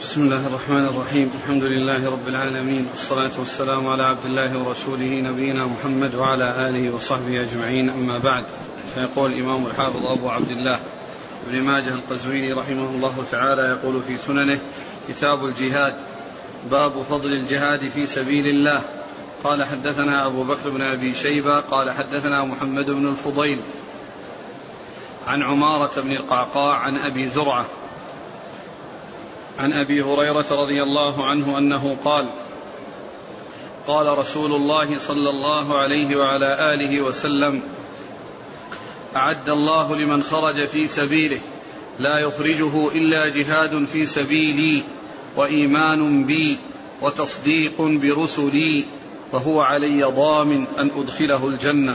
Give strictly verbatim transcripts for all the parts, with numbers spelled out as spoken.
بسم الله الرحمن الرحيم. الحمد لله رب العالمين، والصلاة والسلام على عبد الله ورسوله نبينا محمد وعلى آله وصحبه أجمعين، أما بعد. فيقول الإمام الحافظ أبو عبد الله ابن ماجه القزويني رحمه الله تعالى يقول في سننه: كتاب الجهاد، باب فضل الجهاد في سبيل الله. قال: حدثنا أبو بكر بن أبي شيبة قال حدثنا محمد بن الفضيل عن عمارة بن القعقاع عن أبي زرعة عن أبي هريرة رضي الله عنه أنه قال: قال رسول الله صلى الله عليه وعلى آله وسلم: أعد الله لمن خرج في سبيله لا يخرجه إلا جهاد في سبيلي وإيمان بي وتصديق برسلي فهو علي ضامن أن أدخله الجنة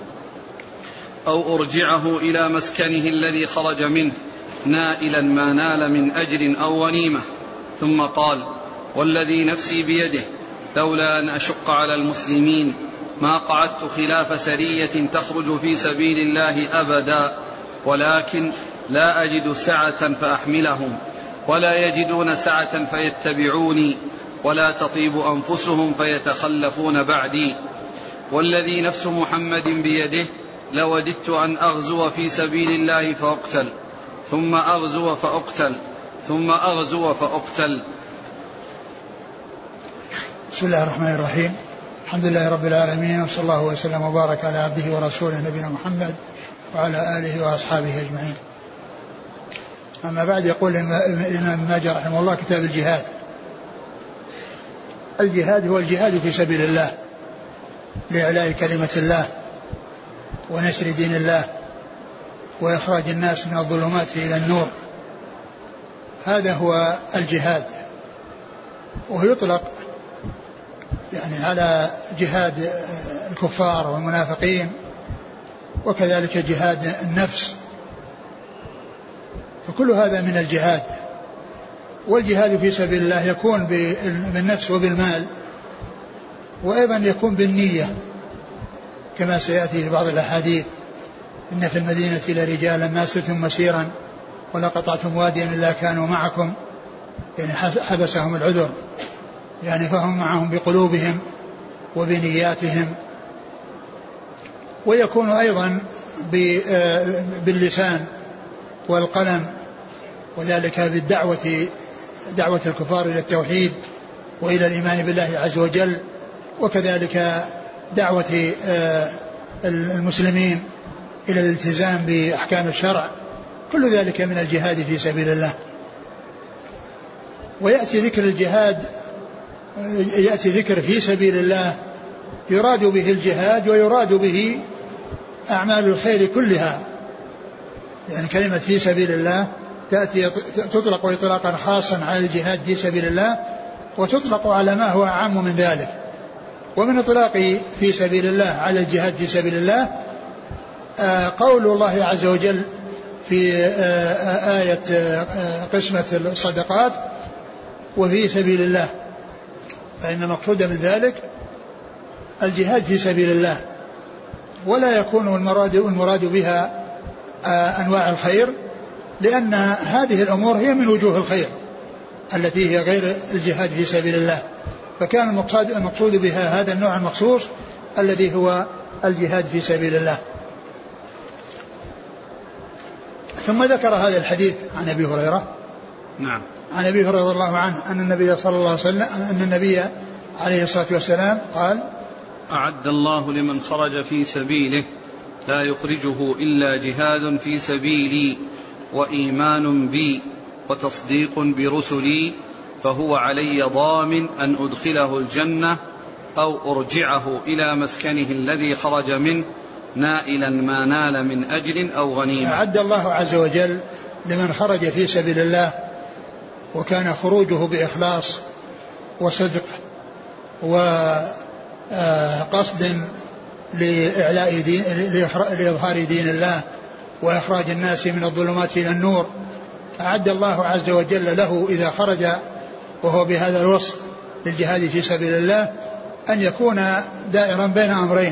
أو أرجعه إلى مسكنه الذي خرج منه نائلا ما نال من أجر أو غنيمة. ثم قال: والذي نفسي بيده لولا أن أشق على المسلمين ما قعدت خلاف سرية تخرج في سبيل الله أبدا، ولكن لا أجد سعة فأحملهم ولا يجدون سعة فيتبعوني ولا تطيب أنفسهم فيتخلفون بعدي. والذي نفس محمد بيده لوددت أن أغزو في سبيل الله فأقتل ثم أغزو فأقتل ثم أغزو فأقتل. بسم الله الرحمن الرحيم. الحمد لله رب العالمين، وصلى الله وسلم وبارك على عبده ورسوله نبينا محمد وعلى آله وأصحابه أجمعين. أما بعد، يقول الإمام ماجه رحمه الله: كتاب الجهاد. الجهاد هو الجهاد في سبيل الله لإعلاء كلمة الله ونشر دين الله وإخراج الناس من الظلمات إلى النور. هذا هو الجهاد، وهو يطلق يعني على جهاد الكفار والمنافقين، وكذلك جهاد النفس، فكل هذا من الجهاد. والجهاد في سبيل الله يكون بالنفس وبالمال، وأيضا يكون بالنية كما سيأتي في بعض الأحاديث: إن في المدينة لرجالا ما سرتم مسيرا ولا قطعتم واديا إلا كانوا معكم، يعني حبسهم العذر، يعني فهم معهم بقلوبهم وبنياتهم. ويكون أيضا باللسان والقلم، وذلك بالدعوة، دعوة الكفار إلى التوحيد وإلى الإيمان بالله عز وجل، وكذلك دعوة المسلمين إلى الالتزام بأحكام الشرع. كل ذلك من الجهاد في سبيل الله. ويأتي ذكر الجهاد، يأتي ذكر في سبيل الله يراد به الجهاد ويراد به أعمال الخير كلها، يعني كلمة في سبيل الله تأتي تطلق إطلاقا خاصا على الجهاد في سبيل الله، وتطلق على ما هو أعم من ذلك. ومن إطلاق في سبيل الله على الجهاد في سبيل الله قول الله عز وجل في آية قسمة الصدقات: وفي سبيل الله، فإن المقصود من ذلك الجهاد في سبيل الله، ولا يكون المراد, المراد بها أنواع الخير، لأن هذه الأمور هي من وجوه الخير التي هي غير الجهاد في سبيل الله، فكان المقصود, المقصود بها هذا النوع المخصوص الذي هو الجهاد في سبيل الله. ثم ذكر هذا الحديث عن أبي هريرة. نعم. عن أبي هريرة رضي الله عنه أن النبي صلى الله عليه وسلم أن النبي عليه الصلاة والسلام قال: أعد الله لمن خرج في سبيله لا يخرجه إلا جهاد في سبيلي وإيمان بي وتصديق برسلي فهو علي ضامن أن أدخله الجنة أو أرجعه إلى مسكنه الذي خرج منه نائلا ما نال من أجر أو غنيمة. أعد الله عز وجل لمن خرج في سبيل الله وكان خروجه بإخلاص وصدق وقصد لإعلاء دين لإظهار دين الله وإخراج الناس من الظلمات إلى النور. أعد الله عز وجل له إذا خرج وهو بهذا الوصف للجهاد في سبيل الله أن يكون دائرا بين أمرين: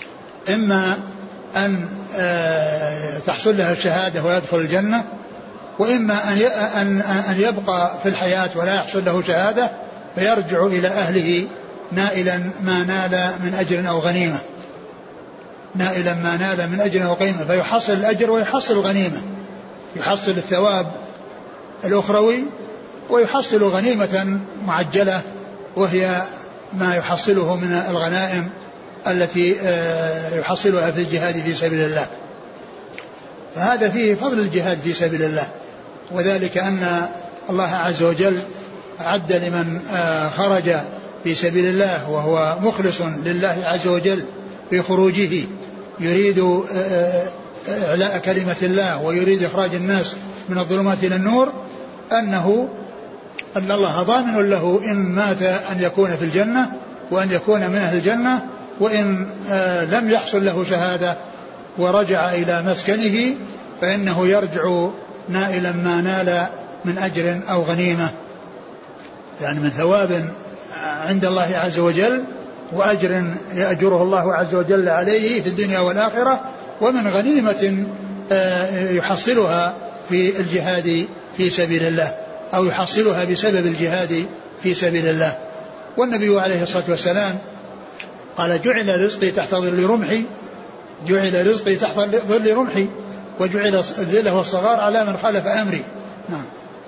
إما أن تحصل له الشهادة ويدخل الجنة، وإما أن يبقى في الحياة ولا يحصل له شهادة فيرجع إلى أهله نائلا ما نال من أجر أو غنيمة نائلا ما نال من أجر أو غنيمة فيحصل الأجر ويحصل الغنيمة، يحصل الثواب الأخروي ويحصل غنيمة معجلة وهي ما يحصله من الغنائم التي يحصلها في الجهاد في سبيل الله. فهذا فيه فضل الجهاد في سبيل الله، وذلك أن الله عز وجل أعد لمن خرج في سبيل الله وهو مخلص لله عز وجل في خروجه يريد إعلاء كلمة الله ويريد إخراج الناس من الظلمات إلى النور، أنه أن الله ضامن له إن مات أن يكون في الجنة وأن يكون من أهل الجنة، وإن لم يحصل له شهادة ورجع إلى مسكنه فإنه يرجع نائلا ما نال من أجر أو غنيمة، يعني من ثواب عند الله عز وجل وأجر يأجره الله عز وجل عليه في الدنيا والآخرة، ومن غنيمة يحصلها في الجهاد في سبيل الله أو يحصلها بسبب الجهاد في سبيل الله. والنبي عليه الصلاة والسلام قال جعل رزقي تحت ظل رمحي جعل رزقي تحت ظل رمحي وجعل الذل والصغار على من خالف أمري. نعم.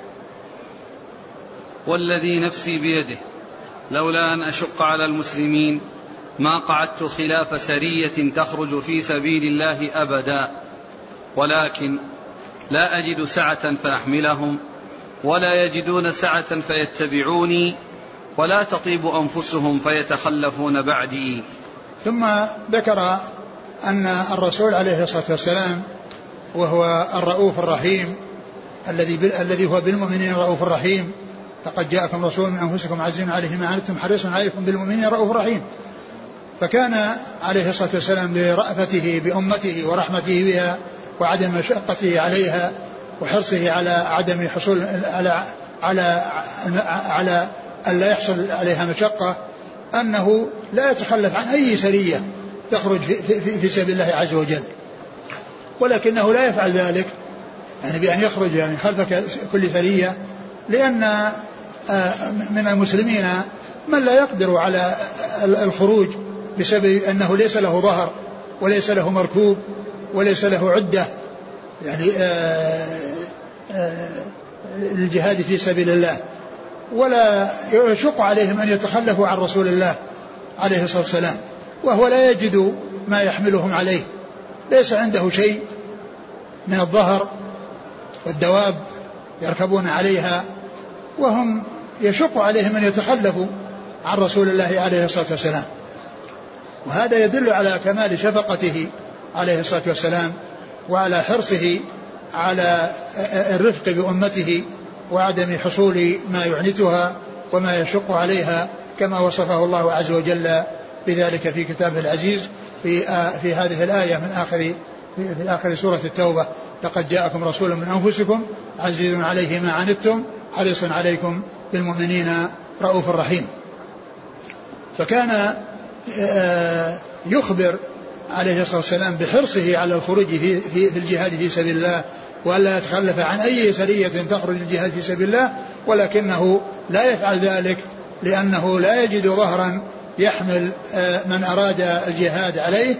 والذي نفسي بيده لولا أن أشق على المسلمين ما قعدت خلاف سرية تخرج في سبيل الله أبدا، ولكن لا أجد سعة فأحملهم ولا يجدون سعة فيتبعوني ولا تطيب أنفسهم فيتخلفون بعدي. ثم ذكر أن الرسول عليه الصلاة والسلام وهو الرؤوف الرحيم الذي الذي هو بالمؤمنين رؤوف الرحيم، لقد جاءكم رسول من أنفسكم عزيز عليه ما عنتم حريص عليكم بالمؤمنين رؤوف رحيم. فكان عليه الصلاة والسلام لرأفته بأمته ورحمته بها وعدم مشقته عليها وحرصه على عدم حصول على على على ألا يحصل عليها مشقة أنه لا يتخلف عن أي سرية تخرج في, في, في سبيل الله عز وجل، ولكنه لا يفعل ذلك يعني بأن يخرج يعني خلف كل سرية، لأن من المسلمين من لا يقدر على الخروج بسبب أنه ليس له ظهر وليس له مركوب وليس له عدة يعني الجهاد في سبيل الله، ولا يشق عليهم أن يتخلفوا عن رسول الله عليه الصلاة والسلام وهو لا يجد ما يحملهم عليه، ليس عنده شيء من الظهر والدواب يركبون عليها، وهم يشق عليهم أن يتخلفوا عن رسول الله عليه الصلاة والسلام. وهذا يدل على كمال شفقته عليه الصلاة والسلام وعلى حرصه على الرفق بأمته وعدم حصول ما يعنتها وما يشق عليها، كما وصفه الله عز وجل بذلك في كتابه العزيز في, في هذه الآية من آخر في, في آخر سورة التوبة: لقد جاءكم رسول من أنفسكم عزيز عليه ما عنتم حريص عليكم بالمؤمنين رؤوف رحيم. فكان يخبر عليه الصلاة والسلام بحرصه على الخروج في, في, في الجهاد في سبيل الله وألا يتخلف عن أي سرية تخرج الجهاد في سبيل الله، ولكنه لا يفعل ذلك لأنه لا يجد ظهرا يحمل من أراد الجهاد عليه،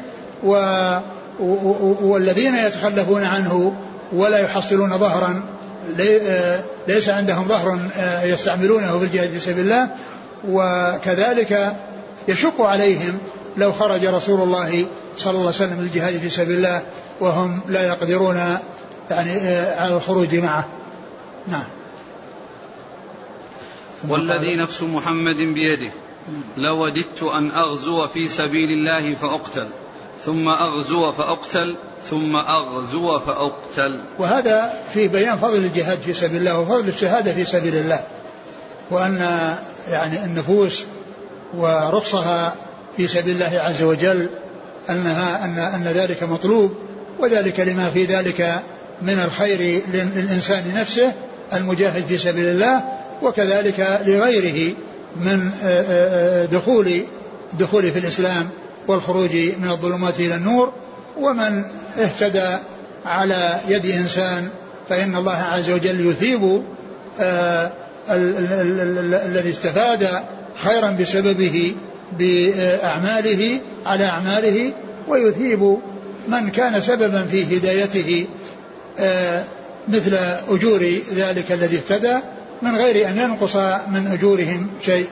والذين يتخلفون عنه ولا يحصلون ظهرا ليس عندهم ظهر يستعملونه في الجهاد في سبيل الله، وكذلك يشق عليهم لو خرج رسول الله صلى الله عليه وسلم للجهاد في سبيل الله وهم لا يقدرون يعني على الخروج معه. نعم. والذي نفس محمد بيده لوددت أن أغزو في سبيل الله فأقتل ثم أغزو فأقتل ثم أغزو فأقتل. وهذا في بيان فضل الجهاد في سبيل الله وفضل الشهادة في سبيل الله، وأن يعني النفوس ورخصها في سبيل الله عز وجل أنها أن أن ذلك مطلوب، وذلك لما في ذلك من الخير للإنسان نفسه المجاهد في سبيل الله، وكذلك لغيره من دخول دخول في الإسلام والخروج من الظلمات إلى النور. ومن اهتدى على يد إنسان فإن الله عز وجل يثيب آه الذي استفاد خيرا بسببه بأعماله على أعماله، ويثيب من كان سببا في هدايته آه مثل أجور ذلك الذي اهتدى من غير أن ينقص من أجورهم شيء.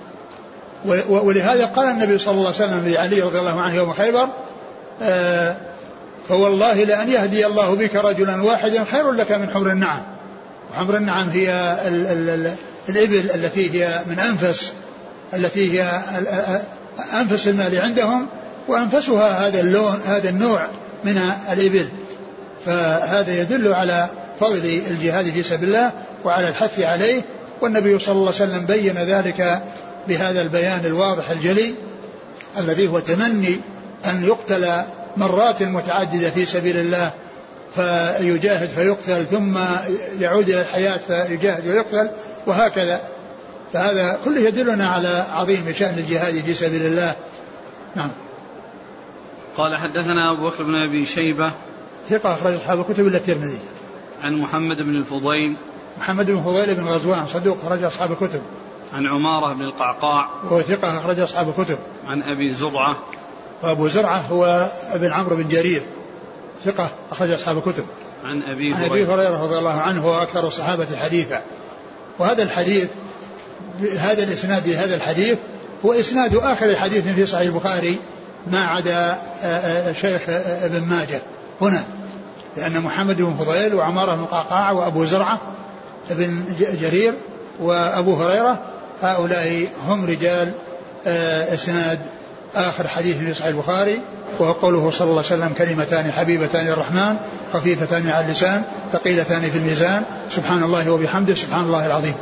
ولهذا قال النبي صلى الله عليه وسلم لعلي رضي الله عنه يوم خيبر آه فوالله لأن يهدي الله بك رجلا واحدا خير لك من حمر النعم. وحمر النعم هي ال ال ال الإبل التي هي من أنفس التي هي أنفس المال عندهم، وأنفسها هذا اللون هذا النوع من الإبل. فهذا يدل على فضل الجهاد في سبيل الله وعلى الحث عليه، والنبي صلى الله عليه وسلم بين ذلك بهذا البيان الواضح الجلي الذي هو تمني أن يقتل مرات متعددة في سبيل الله، فيجاهد فيقتل ثم يعود إلى الحياة فيجاهد ويقتل وهكذا. فهذا كله يدلنا على عظيم شأن الجهاد في سبيل الله. نعم. قال حدثنا أبو بكر بن أبي شيبة ثقة أخرج أصحاب الكتب إلا الترمذي. عن محمد بن الفضيل محمد بن فضيل بن غزوان صدوق أخرج أصحاب الكتب. عن عمارة بن القعقاع وهو ثقة أخرج أصحاب الكتب. عن أبي زرعة وأبو زرعة هو ابن عمرو بن جرير ثقة أخرج أصحاب الكتب. عن أبي عن أبي هريرة رضي الله عنه هو أكثر الصحابة حديثا. وهذا الحديث هذا الإسناد هذا الحديث هو إسناد آخر حديث في صحيح البخاري ما عدا شيخ ابن ماجه هنا، لأن محمد بن فضيل وعمارة بن القعقاع وأبو زرعة ابن جرير وأبو هريرة هؤلاء هم رجال إسناد آخر حديث في صحيح البخاري، وهو قوله صلى الله عليه وسلم كلمتان حبيبتان الرحمن خفيفتان على اللسان ثقيلتان في الميزان سبحان الله وبحمده سبحان الله العظيم.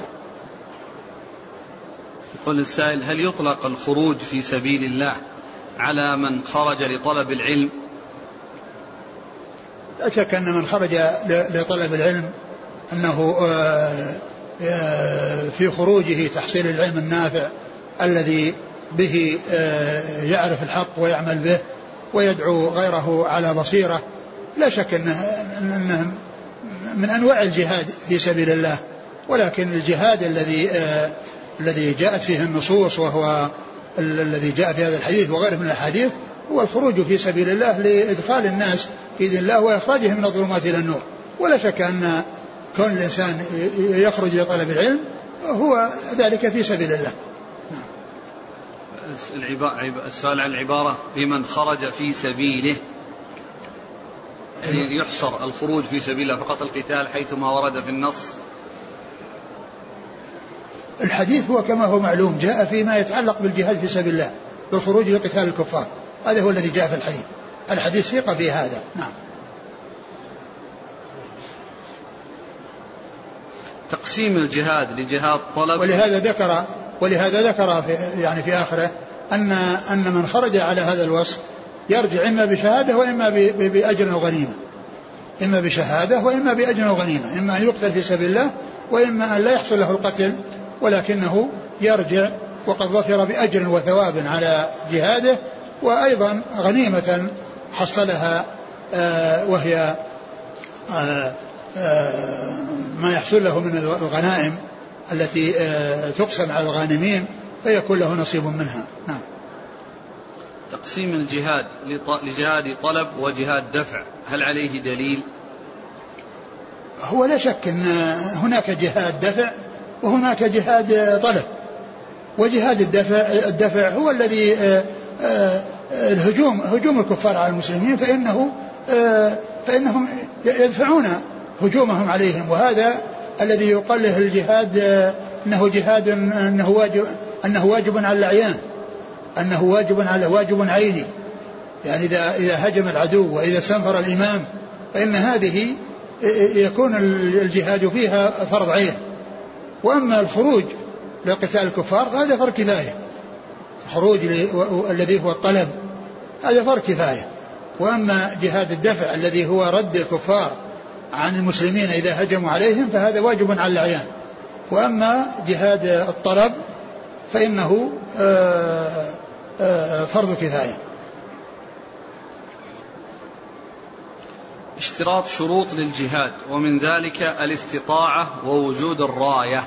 يقول السائل: هل يطلق الخروج في سبيل الله على من خرج لطلب العلم؟ لا شك أن من خرج لطلب العلم أنه في خروجه تحصيل العلم النافع الذي به يعرف الحق ويعمل به ويدعو غيره على بصيرة. لا شك أنه من أنواع الجهاد في سبيل الله، ولكن الجهاد الذي الذي جاءت فيه النصوص وهو الذي جاء في هذا الحديث وغيره من الحديث هو الخروج في سبيل الله لإدخال الناس في دين الله وإخراجهم من الظلمات إلى النور. ولا شك أن كون الإنسان يخرج لطلب العلم هو ذلك في سبيل الله. السؤال عن العبارة بمن خرج في سبيله، يعني يحصر الخروج في سبيل الله فقط القتال حيثما ورد في النص؟ الحديث هو كما هو معلوم جاء فيما يتعلق بالجهاد في سبيل الله بالخروج لقتال الكفار، هذا هو الذي جاء في الحديث. الحديث ثقة في هذا. نعم. تقسيم الجهاد لجهاد طلب، ولهذا ذكر ولهذا ذكر في يعني في آخره أن أن من خرج على هذا الوصف يرجع إما بشهادة وإما بأجر وغنيمة، إما بشهادة وإما بأجر وغنيمة، إما أن يقتل في سبيل الله وإما أن لا يحصل له القتل ولكنه يرجع وقد ظفر بأجر وثواب على جهاده، وأيضا غنيمة حصلها آه وهي آه آه ما يحصل له من الغنائم التي آه تقسم على الغانمين فيكون له نصيب منها. نعم. تقسيم الجهاد لجهاد طلب وجهاد دفع، هل عليه دليل؟ هو لا شك أن هناك جهاد دفع وهناك جهاد طلب، وجهاد الدفع الدفع هو الذي آه آه الهجوم هجوم الكفار على المسلمين، فإنه آه فإنهم يدفعون هجومهم عليهم، وهذا الذي يقال له الجهاد آه أنه جهاد أنه واجب أنه واجب على الأعيان، أنه واجب على واجب عيني، يعني إذا إذا هجم العدو وإذا استنفر الإمام فإن هذه يكون الجهاد فيها فرض عين. وأما الخروج لقتال الكفار فهذا فرض كفاية، الخروج الذي هو الطلب هذا فرض كفاية. وأما جهاد الدفع الذي هو رد الكفار عن المسلمين إذا هجموا عليهم فهذا واجب على الأعيان. وأما جهاد الطلب فإنه فرض كفاية. اشتراط شروط للجهاد، ومن ذلك الاستطاعة ووجود الراية.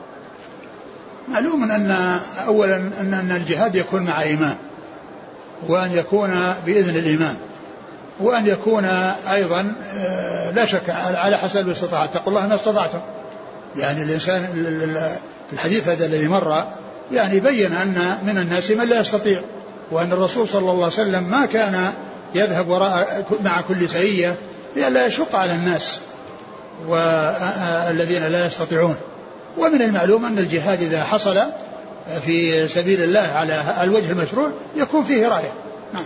معلوم أن أولا أن الجهاد يكون مع إمام، وأن يكون بإذن الإمام، وأن يكون أيضا لا شك على حسب الاستطاعة. اتقوا الله ما استطعتم. يعني الإنسان الحديث هذا الذي مر يعني بين أن من الناس من لا يستطيع، وأن الرسول صلى الله عليه وسلم ما كان يذهب وراء مع كل سرية لئلا يشق على الناس والذين لا يستطيعون. ومن المعلوم أن الجهاد إذا حصل في سبيل الله على الوجه المشروع يكون فيه راية. نعم.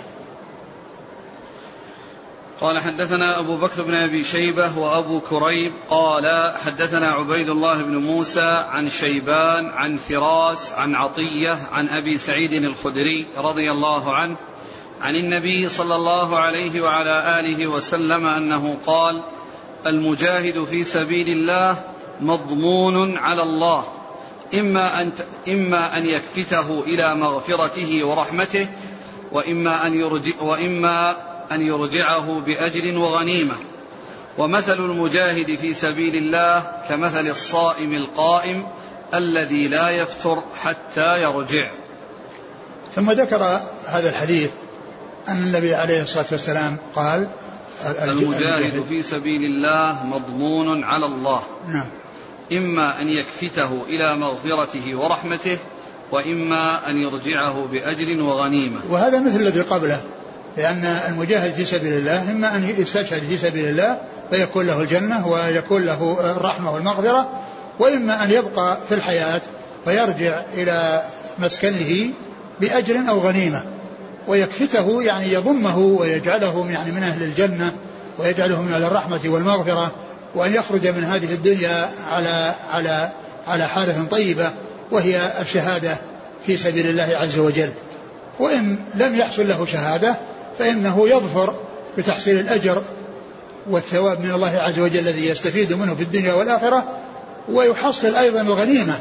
قال حدثنا أبو بكر بن أبي شيبة وأبو كريب قال حدثنا عبيد الله بن موسى عن شيبان عن فراس عن عطية عن أبي سعيد الخدري رضي الله عنه عن النبي صلى الله عليه وعلى آله وسلم أنه قال: المجاهد في سبيل الله مضمون على الله، إما أن, إما أن يكفته إلى مغفرته ورحمته، وإما أن, يرجع وإما أن يرجعه بأجر وغنيمة. ومثل المجاهد في سبيل الله كمثل الصائم القائم الذي لا يفطر حتى يرجع. ثم ذكر هذا الحديث أن النبي عليه الصلاة والسلام قال: المجاهد في سبيل الله مضمون على الله. نعم. إما أن يكفته إلى مغفرته ورحمته، وإما أن يرجعه بأجر وغنيمة. وهذا مثل الذي قبله، لأن المجاهد في سبيل الله إما أن يستشهد في سبيل الله فيكون له الجنة ويكون له الرحمة والمغفرة، وإما أن يبقى في الحياة فيرجع إلى مسكنه بأجر أو غنيمة، ويكفته يعني يضمه ويجعله يعني من أهل الجنة ويجعله من أهل الرحمة والمغفرة، وأن يخرج من هذه الدنيا على على على حالة طيبة وهي الشهادة في سبيل الله عز وجل. وإن لم يحصل له شهادة فإنه يظفر بتحصيل الأجر والثواب من الله عز وجل الذي يستفيد منه في الدنيا والآخرة، ويحصل أيضا الغنيمة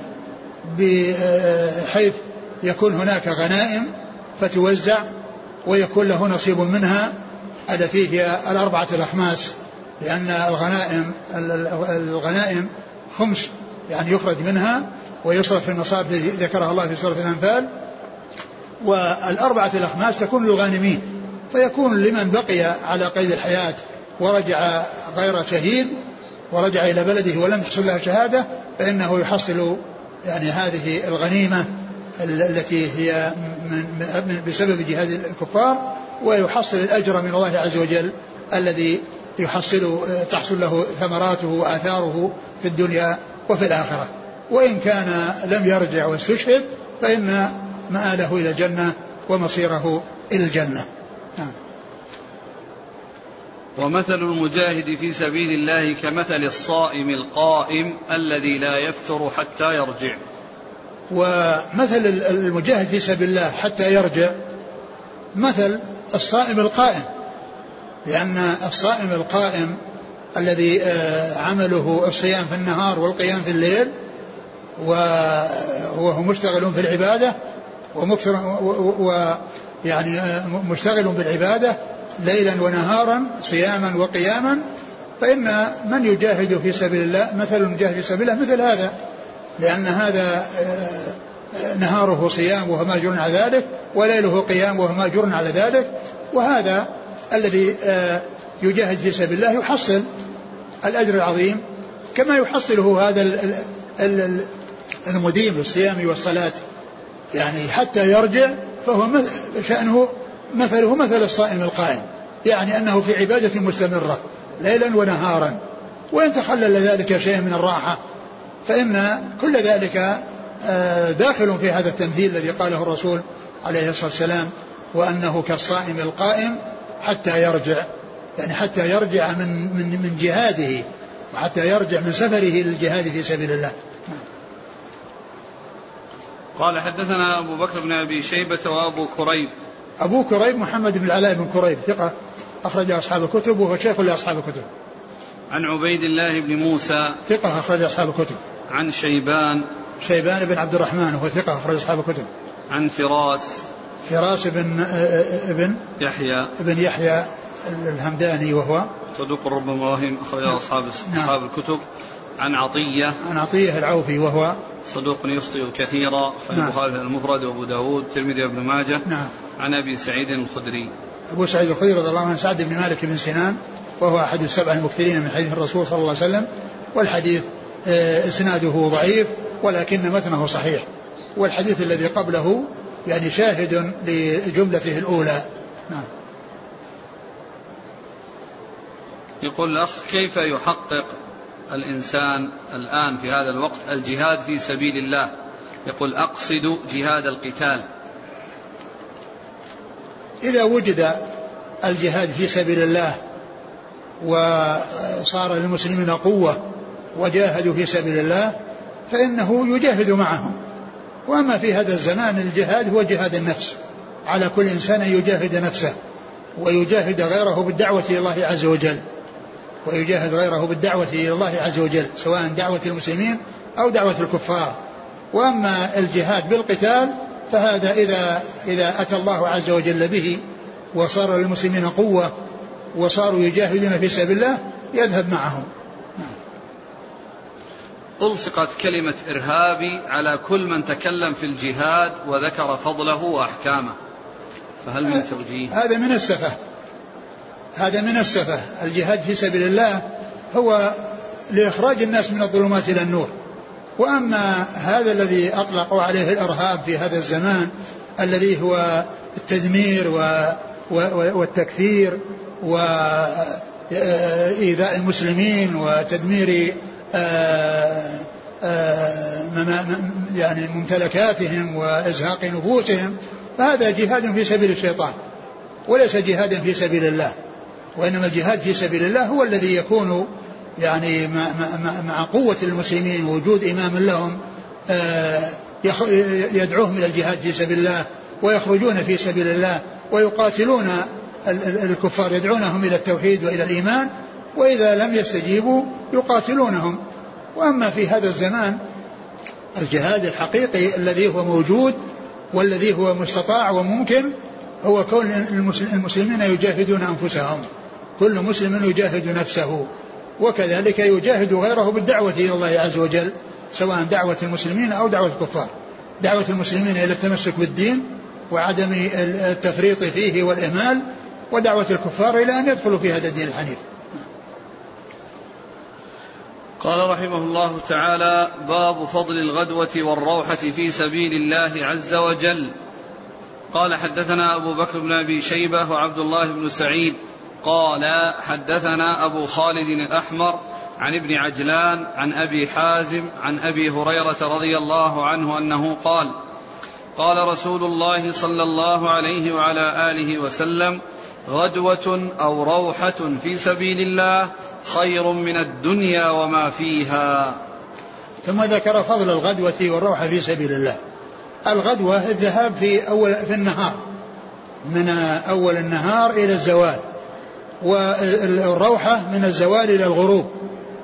بحيث يكون هناك غنائم فتوزع ويكون له نصيب منها التي هي الأربعة الأخماس، لأن الغنائم الغنائم خمس يعني يخرج منها ويصرف في النصاب الذي ذكرها الله في سورة الأنفال، والأربعة الأخماس تكون للغانمين، فيكون لمن بقي على قيد الحياة ورجع غير شهيد ورجع إلى بلده ولم يحصل له شهادة فإنه يحصل يعني هذه الغنيمة التي هي من من بسبب جهاد الكفار، ويحصل الأجر من الله عز وجل الذي يحصل تحصل له ثمراته وآثاره في الدنيا وفي الآخرة. وإن كان لم يرجع واستشهد فإن مآله إلى الجنة ومصيره إلى الجنة. نعم. ومثل المجاهد في سبيل الله كمثل الصائم القائم الذي لا يفطر حتى يرجع. ومثل المجاهد في سبيل الله حتى يرجع مثل الصائم القائم، لأن الصائم القائم الذي عمله الصيام في النهار والقيام في الليل وهو مشتغل في العبادة ويعني مشتغل بالعبادة ليلا ونهارا صياما وقياما، فإن من يجاهد في سبيل الله مثل المجاهد في سبيل الله مثل هذا، لأن هذا نهاره صيام وهو ماجور على ذلك، وليله قيام وهو ماجور على ذلك. وهذا الذي يجاهد في سبيل الله يحصل الأجر العظيم كما يحصله هذا المديم بالصيام والصلاة، يعني حتى يرجع فهو شأنه مثله مثل الصائم القائم، يعني أنه في عبادة مستمرة ليلا ونهارا، وإن تخلل ذلك شيء من الراحة فإن كل ذلك داخل في هذا التمثيل الذي قاله الرسول عليه الصلاة والسلام، وأنه كالصائم القائم حتى يرجع، يعني حتى يرجع من من من جهاده وحتى يرجع من سفره للجهاد في سبيل الله. قال حدثنا أبو بكر بن أبي شيبة وأبو كريب. أبو كريب محمد بن العلاء بن كريب ثقة أخرج أصحاب الكتب وهو شيخ لأصحاب الكتب. عن عبيد الله بن موسى ثقة أخرج أصحاب الكتب. عن شيبان شيبان بن عبد الرحمن وهو ثقة أخرج أصحاب الكتب. عن فراس فراس بن ابن يحيى ابن يحيى الهمداني وهو صدوق ربما وهم، أخرجه أصحاب أصحاب الكتب. عن عطية عن عطية العوفي وهو صدوق يخطئ كثيرا، في البخاري المفرد وأبو داود والترمذي وابن ماجه. نعم. عن أبي سعيد الخدري أبو سعيد الخدري رضي الله عنه سعد بن مالك بن سنان، وهو أحد السبع المكثرين من حديث الرسول صلى الله عليه وسلم، والحديث إسناده ضعيف ولكن متنه صحيح، والحديث الذي قبله يعني شاهد لجملته الأولى. نعم. يقول الأخ: كيف يحقق الإنسان الآن في هذا الوقت الجهاد في سبيل الله؟ يقول: أقصد جهاد القتال. إذا وجد الجهاد في سبيل الله وصار للمسلمين قوة وجاهدوا في سبيل الله فإنه يجاهد معهم. وأما في هذا الزمان الجهاد هو جهاد النفس، على كل إنسان يجاهد نفسه ويجاهد غيره بالدعوة إلى الله عز وجل، ويجاهد غيره بالدعوة إلى الله عز وجل، سواء دعوة المسلمين أو دعوة الكفار. وأما الجهاد بالقتال فهذا إذا, إذا أتى الله عز وجل به وصار للمسلمين قوة وصاروا يجاهدون في سبيل الله يذهب معهم. ألصقت كلمة إرهابي على كل من تكلم في الجهاد وذكر فضله وأحكامه، فهل من توجيه؟ هذا من السفة، هذا من السفة. الجهاد في سبيل الله هو لإخراج الناس من الظلمات إلى النور. وأما هذا الذي أطلقوا عليه الإرهاب في هذا الزمان الذي هو التدمير والتكفير وإيذاء المسلمين وتدمير يعني ممتلكاتهم وإزهاق نفوسهم، فهذا جهاد في سبيل الشيطان وليس جهادا في سبيل الله. وإنما الجهاد في سبيل الله هو الذي يكون يعني مع قوة المسلمين ووجود إمام لهم يدعوهم إلى الجهاد في سبيل الله ويخرجون في سبيل الله ويقاتلون الكفار، يدعونهم إلى التوحيد وإلى الإيمان، وإذا لم يستجيبوا يقاتلونهم. وأما في هذا الزمان الجهاد الحقيقي الذي هو موجود والذي هو مستطاع وممكن هو كون المسلمين يجاهدون أنفسهم، كل مسلم يجاهد نفسه، وكذلك يجاهد غيره بالدعوة إلى الله عز وجل، سواء دعوة المسلمين أو دعوة الكفار. دعوة المسلمين إلى التمسك بالدين وعدم التفريط فيه والإهمال، ودعوة الكفار إلى أن يدخلوا في هذا الدين الحنيف. قال رحمه الله تعالى: باب فضل الغدوة والروحة في سبيل الله عز وجل. قال: حدثنا أبو بكر بن أبي شيبة وعبد الله بن سعيد قال: حدثنا أبو خالد الأحمر عن ابن عجلان عن أبي حازم عن أبي هريرة رضي الله عنه أنه قال: قال رسول الله صلى الله عليه وعلى آله وسلم: غدوة أو روحة في سبيل الله خير من الدنيا وما فيها. ثم ذكر فضل الغدوة والروحة في سبيل الله. الغدوة الذهاب في أول في النهار، من أول النهار إلى الزوال، والروحة من الزوال إلى الغروب.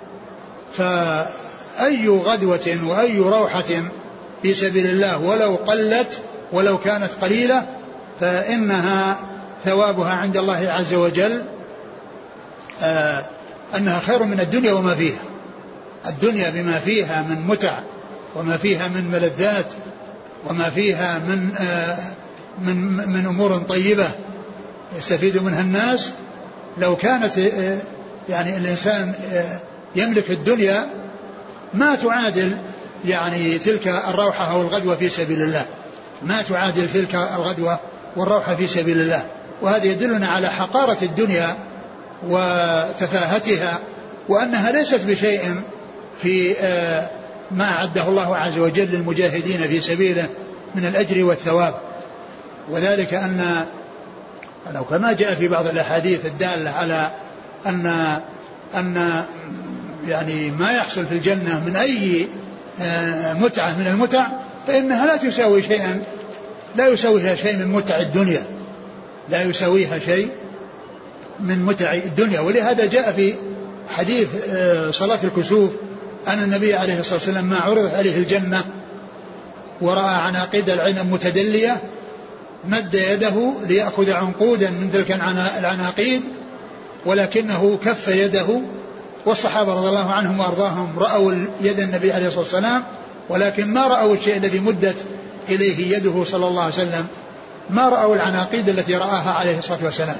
فأي غدوة وأي روحة في سبيل الله ولو قلت ولو كانت قليلة فإنها ثوابها عند الله عز وجل آه أنها خير من الدنيا وما فيها. الدنيا بما فيها من متع وما فيها من ملذات وما فيها من آه من من أمور طيبة يستفيد منها الناس، لو كانت آه يعني الإنسان آه يملك الدنيا ما تعادل يعني تلك الروحة أو الغدوة في سبيل الله، ما تعادل تلك الغدوة والروحة في سبيل الله. وهذا يدلنا على حقارة الدنيا وتفاهتها، وأنها ليست بشيء في ما أعده الله عز وجل للمجاهدين في سبيله من الأجر والثواب. وذلك أن أو كما جاء في بعض الأحاديث الدالة على أن أن يعني ما يحصل في الجنة من أي متعة من المتع فإنها لا تساوي شيئا، لا يساويها شيء من متع الدنيا، لا يساويها شيء من متع الدنيا. ولهذا جاء في حديث صلاة الكسوف أن النبي عليه الصلاة والسلام ما عرضت عليه الجنة ورأى عناقيد العنب متدلية مد يده ليأخذ عنقودا من تلك العناقيد ولكنه كف يده، والصحابة رضي الله عنهم وأرضاهم رأوا يد النبي عليه الصلاة والسلام، ولكن ما رأوا الشيء الذي مدت إليه يده صلى الله عليه وسلم، ما رأوا العناقيد التي رآها عليه الصلاة والسلام.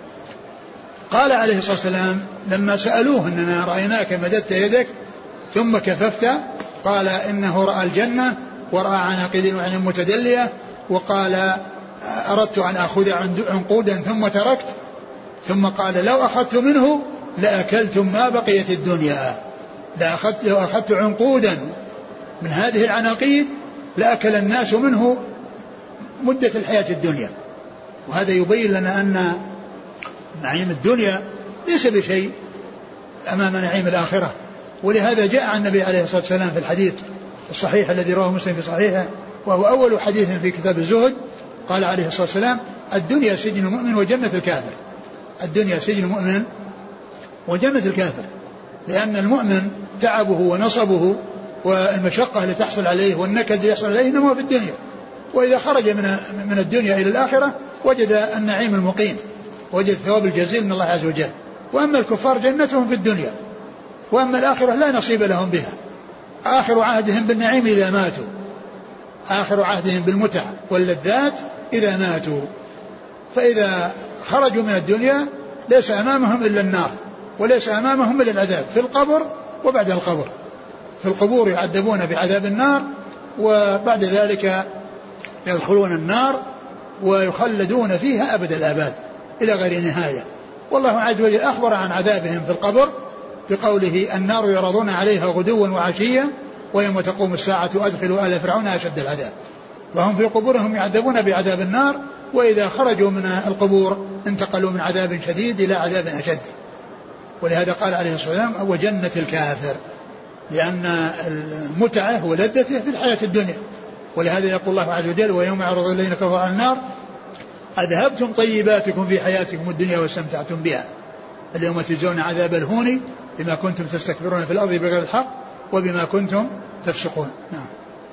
قال عليه الصلاة والسلام لما سألوه أننا رأيناك مددت يدك ثم كففت، قال إنه رأى الجنة ورأى عناقيد متدلية، وقال أردت أن أخذ عنقودا ثم تركت، ثم قال لو أخذت منه لأكلتم ما بقيت الدنيا، لو أخذت عنقودا من هذه العناقيد لأكل الناس منه مدة الحياة الدنيا. وهذا يبين لنا أن نعيم الدنيا ليس بشيء أمام نعيم الآخرة. ولهذا جاء عن النبي عليه الصلاة والسلام في الحديث الصحيح الذي رواه مسلم في صحيحه، وهو أول حديث في كتاب الزهد، قال عليه الصلاة والسلام الدنيا سجن المؤمن وجنة الكافر. الدنيا سجن المؤمن وجنة الكافر، لأن المؤمن تعبه ونصبه والمشقة التي تحصل عليه والنكد الذي يحصل عليه إنما في الدنيا، وإذا خرج من من الدنيا إلى الآخرة وجد النعيم المقيم، وجد الثواب الجزيل من الله عز وجل. وأما الكفار جنتهم في الدنيا، وأما الآخرة لا نصيب لهم بها. آخر عهدهم بالنعيم إذا ماتوا، آخر عهدهم بالمتع واللذات إذا ماتوا. فإذا خرجوا من الدنيا ليس أمامهم إلا النار، وليس أمامهم إلا العذاب في القبر وبعد القبر. في القبور يعذبون بعذاب النار، وبعد ذلك يدخلون النار ويخلدون فيها أبد الآباد إلى غير نهاية. والله عز وجل أخبر عن عذابهم في القبر بقوله النار يعرضون عليها غدوا وعشيا ويوم تقوم الساعة أدخلوا آل فرعون أشد العذاب. وهم في قبورهم يعذبون بعذاب النار، وإذا خرجوا من القبور انتقلوا من عذاب شديد إلى عذاب أشد. ولهذا قال عليه الصلاة والسلام وجنة الكافر، لأن المتعة ولذته في الحياة الدنيا. ولهذا يقول الله عز وجل ويوم يعرض الذين كفروا على النار أذهبتم طيباتكم في حياتكم الدنيا واستمتعتم بها اليوم تجزون عذاب الهون بما كنتم تستكبرون في الأرض بغير الحق وبما كنتم تفسقون. نعم.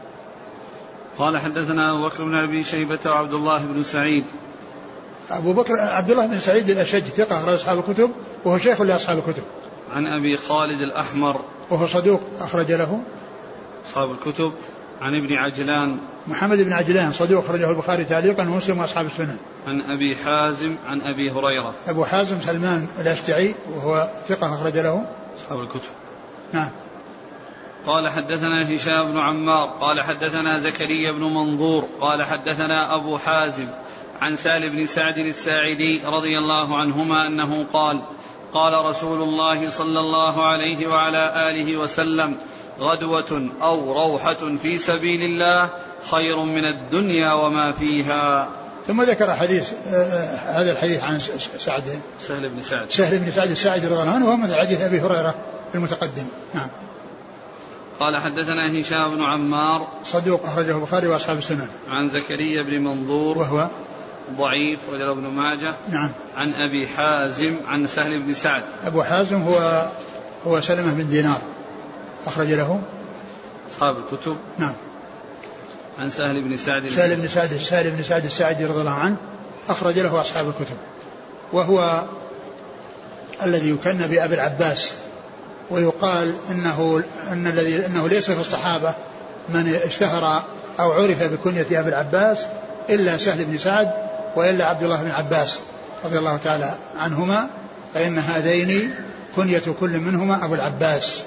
قال حدثنا أبو بكر بن أبي شيبة وعبد الله بن سعيد. أبو بكر عبد الله بن سعيد الأشج ثقة أخرج أصحاب الكتب وهو شيخ لأصحاب الكتب. عن أبي خالد الأحمر وهو صدوق أخرج له أصحاب الكتب. عن ابن عجلان محمد بن عجلان صدوق أخرجه البخاري تعليقا ومسلم وأصحاب السنن. عن أبي حازم عن أبي هريرة. أبو حازم سلمان الأشجعي وهو ثقة أخرج له أصحاب الكتب. نعم. قال حدثنا هشام بن عمار قال حدثنا زكريا بن منظور قال حدثنا أبو حازم عن سهل بن سعد الساعدي رضي الله عنهما أنه قال قال رسول الله صلى الله عليه وعلى آله وسلم غدوة أو روحة في سبيل الله خير من الدنيا وما فيها. ثم ذكر حديث آه هذا الحديث عن سعد سهل بن سعد سهل بن سعد الساعدي رضي الله عنه وهو مثل حديث أبي هريرة المتقدم. نعم. قال حدثنا هشام بن عمار صدوق أخرجه البخاري وأصحاب السنن. عن زكريا بن منظور وهو ضعيف رجل ابن ماجه. نعم. عن أبي حازم عن سهل بن سعد. أبو حازم هو هو سلمة بن دينار أخرج له أصحاب الكتب. نعم. عن سهل بن سعد سهل بن سعد سهل بن سعد الساعدي رضي الله عنه أخرج له أصحاب الكتب، وهو الذي يكنى بأبي العباس، ويقال إنه أن الذي إنه ليس في الصحابة من اشتهر أو عرف بكنية أبي العباس إلا سهل بن سعد وإلا عبد الله بن عباس رضي الله تعالى عنهما، فإن هذين كنية كل منهما أبو العباس.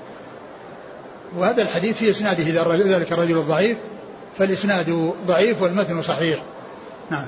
وهذا الحديث في إسناده ذلك الرجل الضعيف، فالإسناد ضعيف والمتن صحيح. نعم.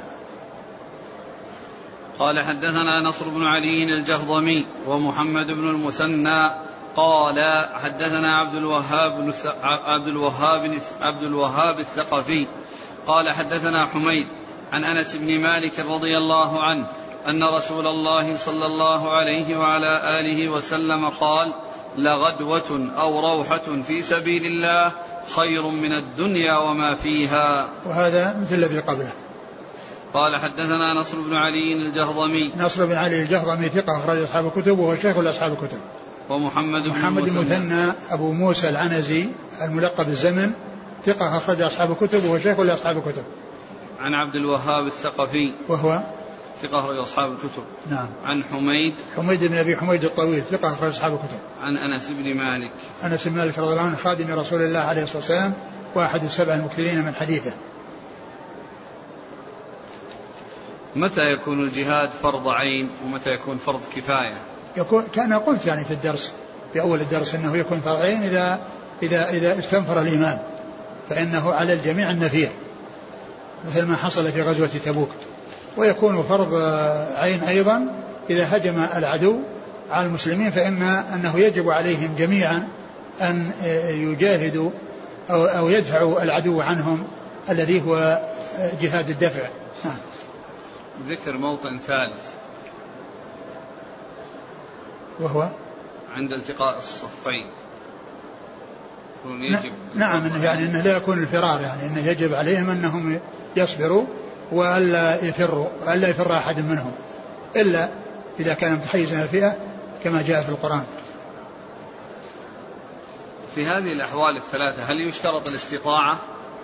قال حدثنا نصر بن علي الجهضمي ومحمد بن المثنى قال حدثنا عبد الوهاب عبد الوهاب عبد الوهاب الثقفي قال حدثنا حميد عن أنس بن مالك رضي الله عنه أن رسول الله صلى الله عليه وعلى آله وسلم قال لغدوة أو روحة في سبيل الله خير من الدنيا وما فيها. وهذا مثل الذي قبله. قال حدثنا نصر بن علي الجهضمي نصر بن علي الجهضمي ثقة أخرج أصحاب الكتب وهو شيخ لأصحاب الكتب. ومحمد بن محمد المثنى أبو موسى العنزي الملقب الزمن ثقة أخرج أصحاب الكتب وهو شيخ لأصحاب الكتب. عن عبد الوهاب الثقفي وهو ثقة أخرج أصحاب الكتب. نعم. عن حميد حميد بن أبي حميد الطويل ثقة أخرج أصحاب الكتب. عن أنس بن مالك أنس بن مالك رضي الله عنه خادم رسول الله عليه الصلاة والسلام واحد السبع المكثرين من حديثه. متى يكون الجهاد فرض عين ومتى يكون فرض كفاية؟ يكون كان قلت يعني في الدرس في أول الدرس أنه يكون فرض عين إذا إذا إذا استنفر الإمام فإنه على الجميع النفير مثل ما حصل في غزوة تبوك. ويكون فرض عين أيضا إذا هجم العدو على المسلمين فإن أنه يجب عليهم جميعا أن يجاهدوا أو, أو يدفعوا العدو عنهم الذي هو جهاد الدفع. ذكر موطن ثالث وهو عند التقاء الصفين. يجب نعم إنه يعني أنه لا يكون الفرار يعني أنه يجب عليهم أنهم يصبروا وألا يفروا وألا يفر أحد منهم إلا إذا كان متحيزا الفئة كما جاء في القرآن. في هذه الأحوال الثلاثة هل يشترط الاستطاعة؟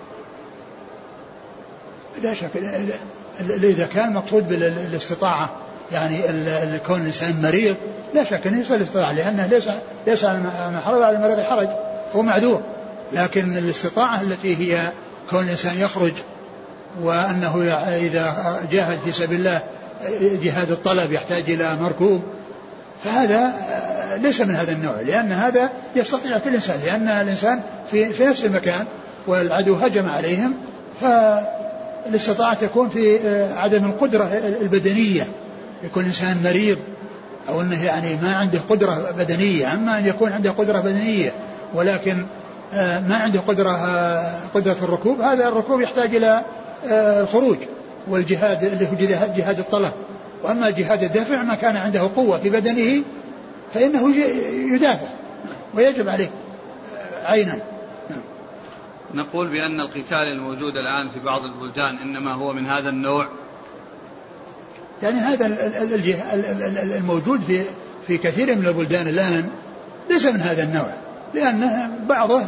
لا شك إذا كان مقصود بالاستطاعة يعني كون الإنسان مريض لا شك أنه يصل الاستطاعة لأنه ليس ليس على حرج على المريض حرج هو معذور. لكن الاستطاعة التي هي كون الإنسان يخرج وأنه إذا جاهد في سبيل الله جهاد الطلب يحتاج إلى مركوب فهذا ليس من هذا النوع لأن هذا يستطيع كل إنسان لأن الإنسان في, في نفس المكان والعدو هجم عليهم فالاستطاعة تكون في عدم القدرة البدنية. يكون الإنسان مريض أو أنه يعني ما عنده قدرة بدنية. أما أن يكون عنده قدرة بدنية ولكن ما عنده قدرة قدرة الركوب هذا الركوب يحتاج إلى الخروج والجهاد اللي هو جهاد الطلب. وأما جهاد الدفع ما كان عنده قوة في بدنه فإنه يدافع ويجب عليه عينا. نقول بأن القتال الموجود الآن في بعض البلدان إنما هو من هذا النوع يعني هذا الموجود في في كثير من البلدان الآن ليس من هذا النوع لأن بعضه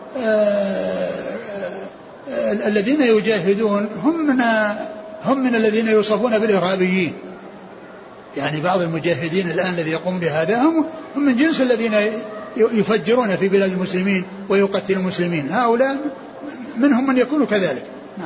الذين يجاهدون هم من هم من الذين يوصفون بالإرهابيين. يعني بعض المجاهدين الآن الذي يقوم بهذا هم هم من جنس الذين يفجرون في بلاد المسلمين ويقتلون المسلمين. هؤلاء منهم من يكون كذلك. نعم.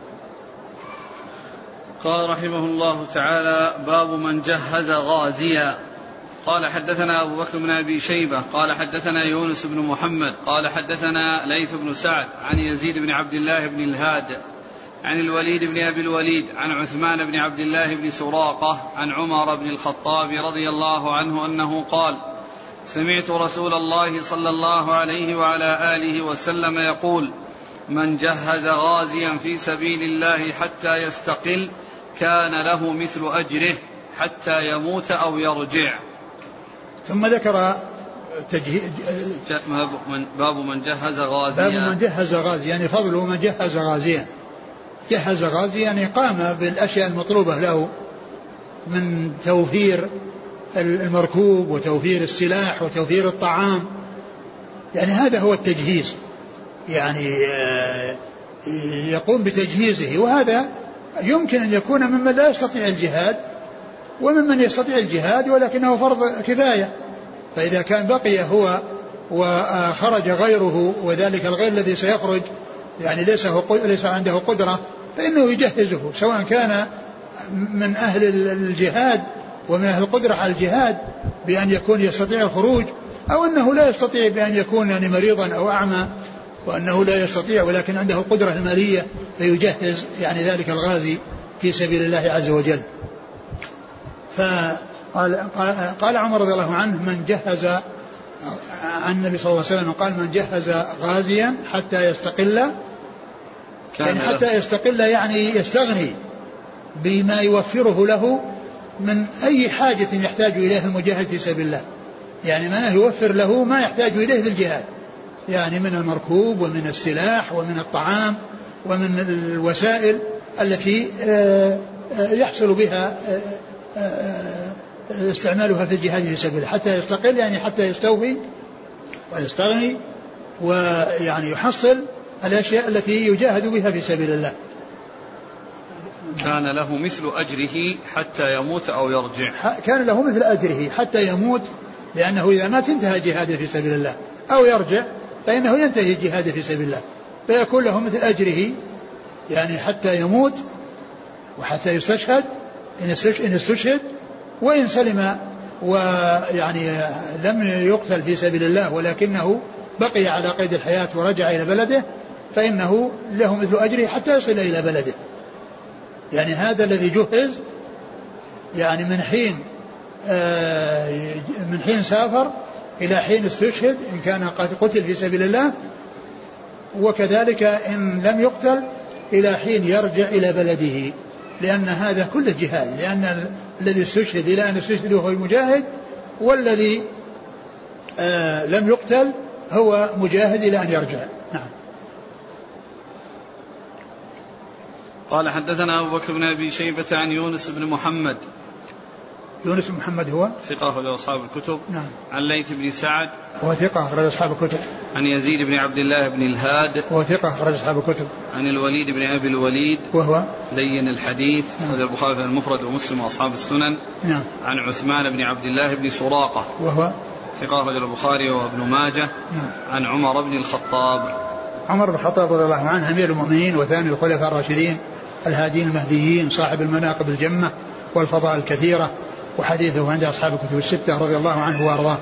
قال رحمه الله تعالى باب من جهز غازيا. قال حدثنا أبو بكر بن أبي شيبة قال حدثنا يونس بن محمد قال حدثنا ليث بن سعد عن يزيد بن عبد الله بن الهاد عن الوليد بن أبي الوليد عن عثمان بن عبد الله بن سراقة عن عمر بن الخطاب رضي الله عنه أنه قال سمعت رسول الله صلى الله عليه وعلى آله وسلم يقول من جهز غازيا في سبيل الله حتى يستقل كان له مثل أجره حتى يموت أو يرجع. ثم ذكر تجهيز باب من جهز غازيا. باب من جهز غازيا يعني فضل من جهز غازيا. جهز غازيا يعني قام بالأشياء المطلوبة له من توفير المركوب وتوفير السلاح وتوفير الطعام. يعني هذا هو التجهيز يعني يقوم بتجهيزه. وهذا يمكن أن يكون ممن لا يستطيع الجهاد وممن يستطيع الجهاد ولكنه فرض كفاية. فإذا كان بقي هو وخرج غيره وذلك الغير الذي سيخرج يعني ليس, هو ليس عنده قدرة فإنه يجهزه سواء كان من أهل الجهاد ومن أهل القدرة على الجهاد بأن يكون يستطيع الخروج أو أنه لا يستطيع بأن يكون يعني مريضا أو أعمى وأنه لا يستطيع ولكن عنده القدرة المالية فيجهز يعني ذلك الغازي في سبيل الله عز وجل. فقال قال عمر رضي الله عنه من جهز عن النبي صلى الله عليه وسلم قال من جهز غازيا حتى يستقل يعني حتى يستقل يعني يستغني بما يوفره له من أي حاجة يحتاج إليه المجاهد في سبيل الله. يعني ما يوفر له ما يحتاج إليه في الجهاد يعني من المركوب ومن السلاح ومن الطعام ومن الوسائل التي يحصل بها استعمالها في الجهاد في سبيل الله حتى يستقل يعني حتى يستوفي ويستغني ويعني يحصل الأشياء التي يجاهد بها في سبيل الله. كان له مثل أجره حتى يموت أو يرجع. كان له مثل أجره حتى يموت، لأنه إذا مات انتهى جهاده في سبيل الله، أو يرجع فإنه ينتهي جهاده في سبيل الله، فيكون له مثل أجره يعني حتى يموت وحتى يستشهد إن استشهد، وإن سلم ويعني لم يقتل في سبيل الله ولكنه بقي على قيد الحياة ورجع إلى بلده فإنه له مثل أجره حتى يصل إلى بلده. يعني هذا الذي جهز يعني من حين آه من حين سافر إلى حين استشهد إن كان قد قتل في سبيل الله، وكذلك إن لم يقتل إلى حين يرجع إلى بلده، لأن هذا كله جهاد، لأن الذي استشهد إلى أن استشهد هو المجاهد، والذي آه لم يقتل هو مجاهد إلى أن يرجع. نعم. قال حدثنا أبو بكر بن أبي شيبة عن يونس بن محمد. يونس بن محمد هو ثقة أخرج أصحاب الكتب. نعم. عن ليث بن سعد هو ثقة أخرج أصحاب الكتب. عن يزيد بن عبد الله بن الهاد هو ثقة أخرج أصحاب الكتب. عن الوليد بن أبي الوليد وهو لين الحديث أخرج البخاري في المفرد ومسلم وأصحاب السنن. نعم. عن عثمان بن عبد الله بن سراقة وهو ثقة أخرج البخاري وابن ماجه. نعم. عن عمر بن الخطاب. عمر بن الخطاب رضي الله عنه أمير المؤمنين وثاني الخلفاء الراشدين الهادين المهديين صاحب المناقب الجمة والفضائل الكثيرة، وحديثه عند أصحاب الكتب الستة رضي الله عنه وأرضاه.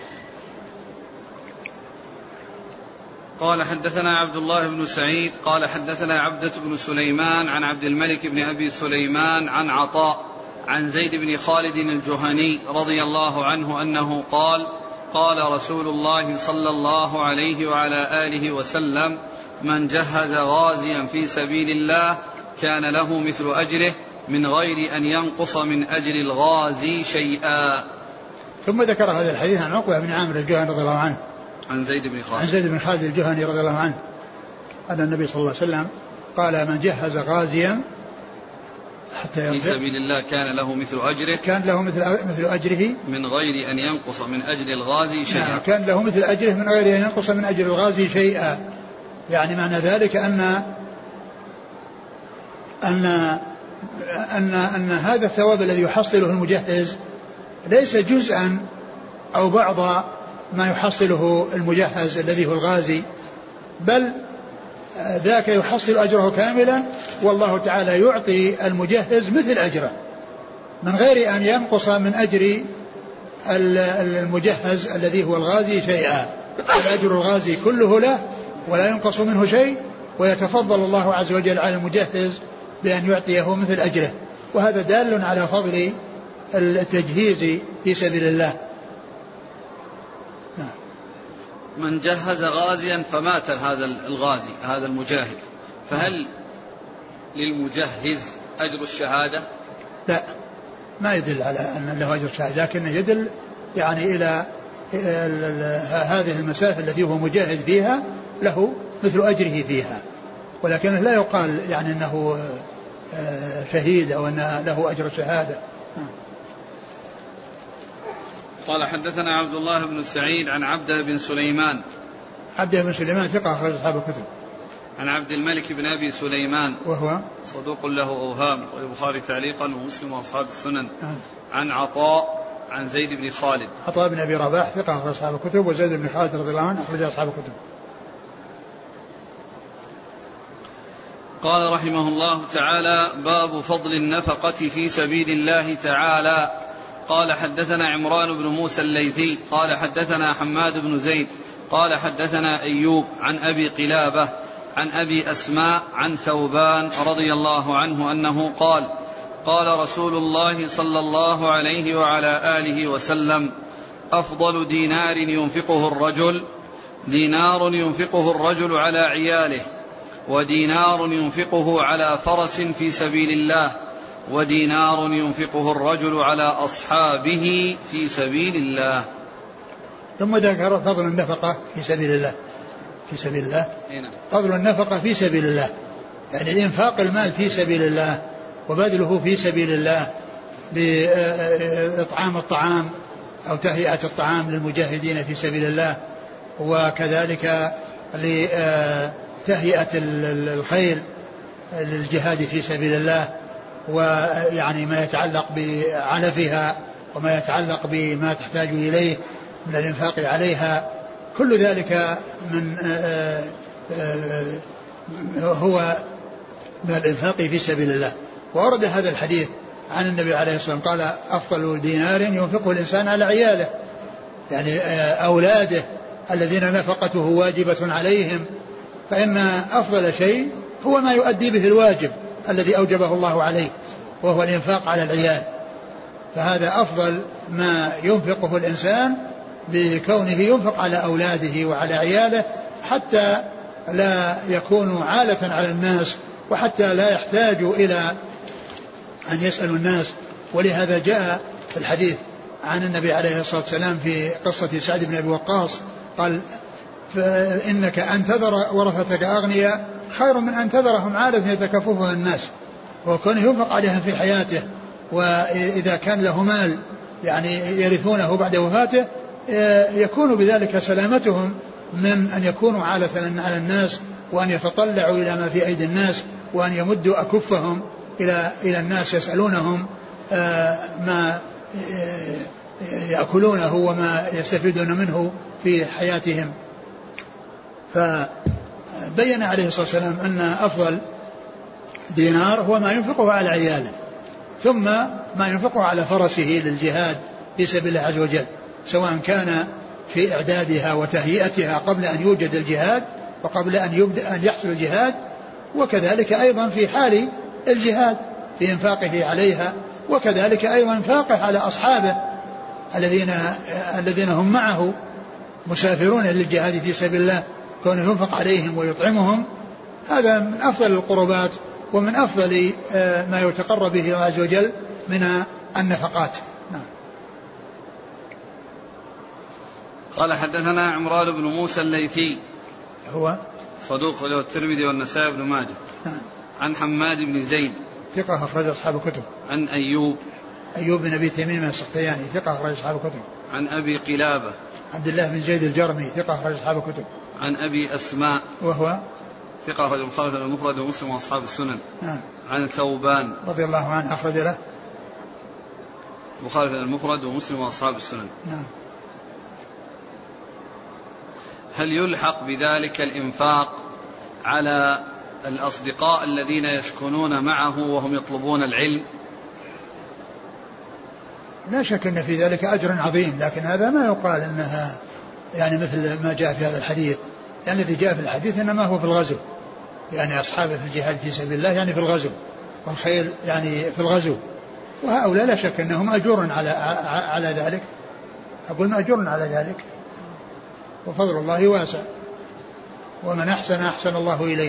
قال حدثنا عبد الله بن سعيد قال حدثنا عبدة بن سليمان عن عبد الملك بن أبي سليمان عن عطاء عن زيد بن خالد الجهني رضي الله عنه أنه قال قال رسول الله صلى الله عليه وعلى آله وسلم من جهز غازيا في سبيل الله كان له مثل أجره من غير أن ينقص من أجر الغازي شيئا. ثم ذكر هذا الحديث عن عقبة بن عامر الجهني رضي الله عنه عن زيد بن خالد عن زيد بن خالد الجهني رضي الله عنه أن النبي صلى الله عليه وسلم قال من جهز غازيا حتى يرجع في سبيل الله كان له مثل أجره كان له مثل مثل أجره من غير أن ينقص من أجر الغازي شيئا. كان له مثل أجره من غير أن ينقص من أجر الغازي شيئا. يعني معنى ذلك أن أن أن أن هذا الثواب الذي يحصله المجهز ليس جزءا أو بعض ما يحصله المجهز الذي هو الغازي، بل ذاك يحصل أجره كاملا، والله تعالى يعطي المجهز مثل أجره من غير أن ينقص من أجر المجهز الذي هو الغازي شيئا. الأجر الغازي كله له ولا ينقص منه شيء، ويتفضل الله عز وجل على المجهز بأن يعطيه مثل أجره، وهذا دال على فضل التجهيز في سبيل الله. من جهز غازيا فمات هذا الغازي هذا المجاهد، فهل للمجهز أجر الشهادة؟ لا، ما يدل على أن له أجر الشهادة، لكنه يدل يعني إلى هذه المسافة التي هو مجاهد فيها له مثل أجره فيها، ولكنه لا يقال يعني أنه شهيد أو أن له أجر الشهادة. قال حدثنا عبد الله بن سعيد عن عبده بن سليمان. عبده بن سليمان ثقة أخرج أصحاب الكتب. عن عبد الملك بن أبي سليمان وهو صدوق له أوهام، والبخاري تعليقا ومسلم وأصحاب السنن. آه. عن عطاء عن زيد بن خالد. عطاء بن أبي رباح ثقة أخرج أصحاب الكتب، وزيد بن خالد رضي الله عنه أخرج أصحاب الكتب. قال رحمه الله تعالى: باب فضل النفقة في سبيل الله تعالى. قال حدثنا عمران بن موسى الليثي قال حدثنا حماد بن زيد قال حدثنا أيوب عن أبي قلابة عن أبي أسماء عن ثوبان رضي الله عنه أنه قال: قال رسول الله صلى الله عليه وعلى آله وسلم: أفضل دينار ينفقه الرجل دينار ينفقه الرجل على عياله، ودينار ينفقه على فرس في سبيل الله، ودينار ينفقه الرجل على أصحابه في سبيل الله. ثم ذكر فضل النفقة في سبيل الله في سبيل الله فضل النفقة في سبيل الله، يعني إنفاق المال في سبيل الله وبذله في سبيل الله بإطعام الطعام أو تهيئة الطعام للمجاهدين في سبيل الله، وكذلك لتهيئة الخيل للجهاد في سبيل الله، ويعني ما يتعلق بعلفها وما يتعلق بما تحتاج إليه من الإنفاق عليها، كل ذلك من هو من الإنفاق في سبيل الله. وورد هذا الحديث عن النبي عليه الصلاة والسلام قال أفضل دينار ينفقه الإنسان على عياله، يعني أولاده الذين نفقته واجبة عليهم، فإن أفضل شيء هو ما يؤدي به الواجب الذي أوجبه الله عليه وهو الإنفاق على العيال. فهذا أفضل ما ينفقه الإنسان بكونه ينفق على أولاده وعلى عياله حتى لا يكونوا عالة على الناس وحتى لا يحتاجوا إلى أن يسألوا الناس. ولهذا جاء في الحديث عن النبي عليه الصلاة والسلام في قصة سعد بن أبي وقاص قال فإنك أن تذر ورثتك أغنياء خير من أن تذرهم عالة يتكففها الناس، وكونه ينفق عليها في حياته، وإذا كان له مال يعني يرثونه بعد وفاته يكون بذلك سلامتهم من أن يكونوا عالة على الناس وأن يتطلعوا إلى ما في أيدي الناس وأن يمدوا أكفهم إلى إلى الناس يسألونهم ما يأكلونه وما يستفيدون منه في حياتهم. فبين عليه الصلاة والسلام أن أفضل دينار هو ما ينفقه على عياله، ثم ما ينفقه على فرسه للجهاد في سبيل الله عز وجل، سواء كان في إعدادها وتهيئتها قبل أن يوجد الجهاد وقبل أن يبدأ أن يحصل الجهاد، وكذلك أيضا في حال الجهاد في إنفاقه عليها، وكذلك أيضا إنفاقه على أصحابه الذين الذين هم معه مسافرون للجهاد في سبيل الله، كونه ينفق عليهم ويطعمهم. هذا من أفضل القربات ومن أفضل ما يتقرب به الله عز وجل من النفقات. نعم. قال حدثنا عمران بن موسى الليثي هو صدوق له الترمذي والنسائي بن ماجه. نعم. عن حماد بن زيد ثقة أخرج أصحاب الكتب. عن أيوب أيوب بن أبي تميم السختياني ثقة أخرج أصحاب الكتب. عن أبي قلابة عبد الله بن زيد الجرمي ثقة أخرج أصحاب الكتب. عن أبي أسماء وهو ثقة أخرج البخاري في المفرد ومسلم وأصحاب السنن. نعم. عن ثوبان رضي الله عنه أخرج له البخاري في المفرد ومسلم وأصحاب السنن. نعم. هل يلحق بذلك الإنفاق على الأصدقاء الذين يسكنون معه وهم يطلبون العلم؟ لا شك أن في ذلك أجر عظيم، لكن هذا ما يقال أنها يعني مثل ما جاء في هذا الحديث، يعني الذي جاء في الحديث إنما هو في الغزو، يعني أصحابه في الجهاد في سبيل الله يعني في الغزو، والخيل يعني في الغزو، وهؤلاء لا شك أنهم أجور على على ذلك، أقول أجور على ذلك، وفضل الله واسع، ومن أحسن أحسن الله إليه.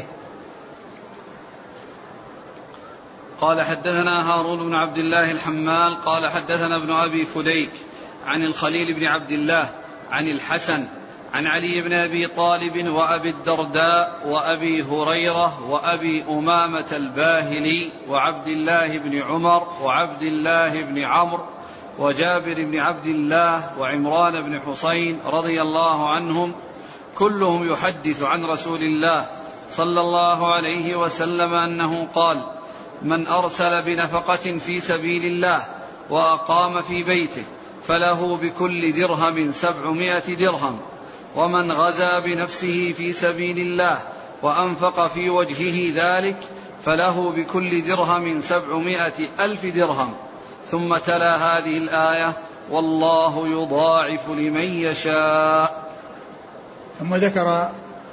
قال حدثنا هارون بن عبد الله الحمال قال حدثنا ابن أبي فديك عن الخليل بن عبد الله عن الحسن عن علي بن أبي طالب وأبي الدرداء وأبي هريرة وأبي أمامة الباهلي وعبد الله بن عمر وعبد الله بن عمرو وجابر بن عبد الله وعمران بن حسين رضي الله عنهم كلهم يحدث عن رسول الله صلى الله عليه وسلم أنه قال: من أرسل بنفقة في سبيل الله وأقام في بيته فله بكل درهم سبعمائة درهم، ومن غزا بنفسه في سبيل الله وأنفق في وجهه ذلك فله بكل درهم سبعمائة ألف درهم. ثم تلا هذه الآية: والله يضاعف لمن يشاء. ثم ذكر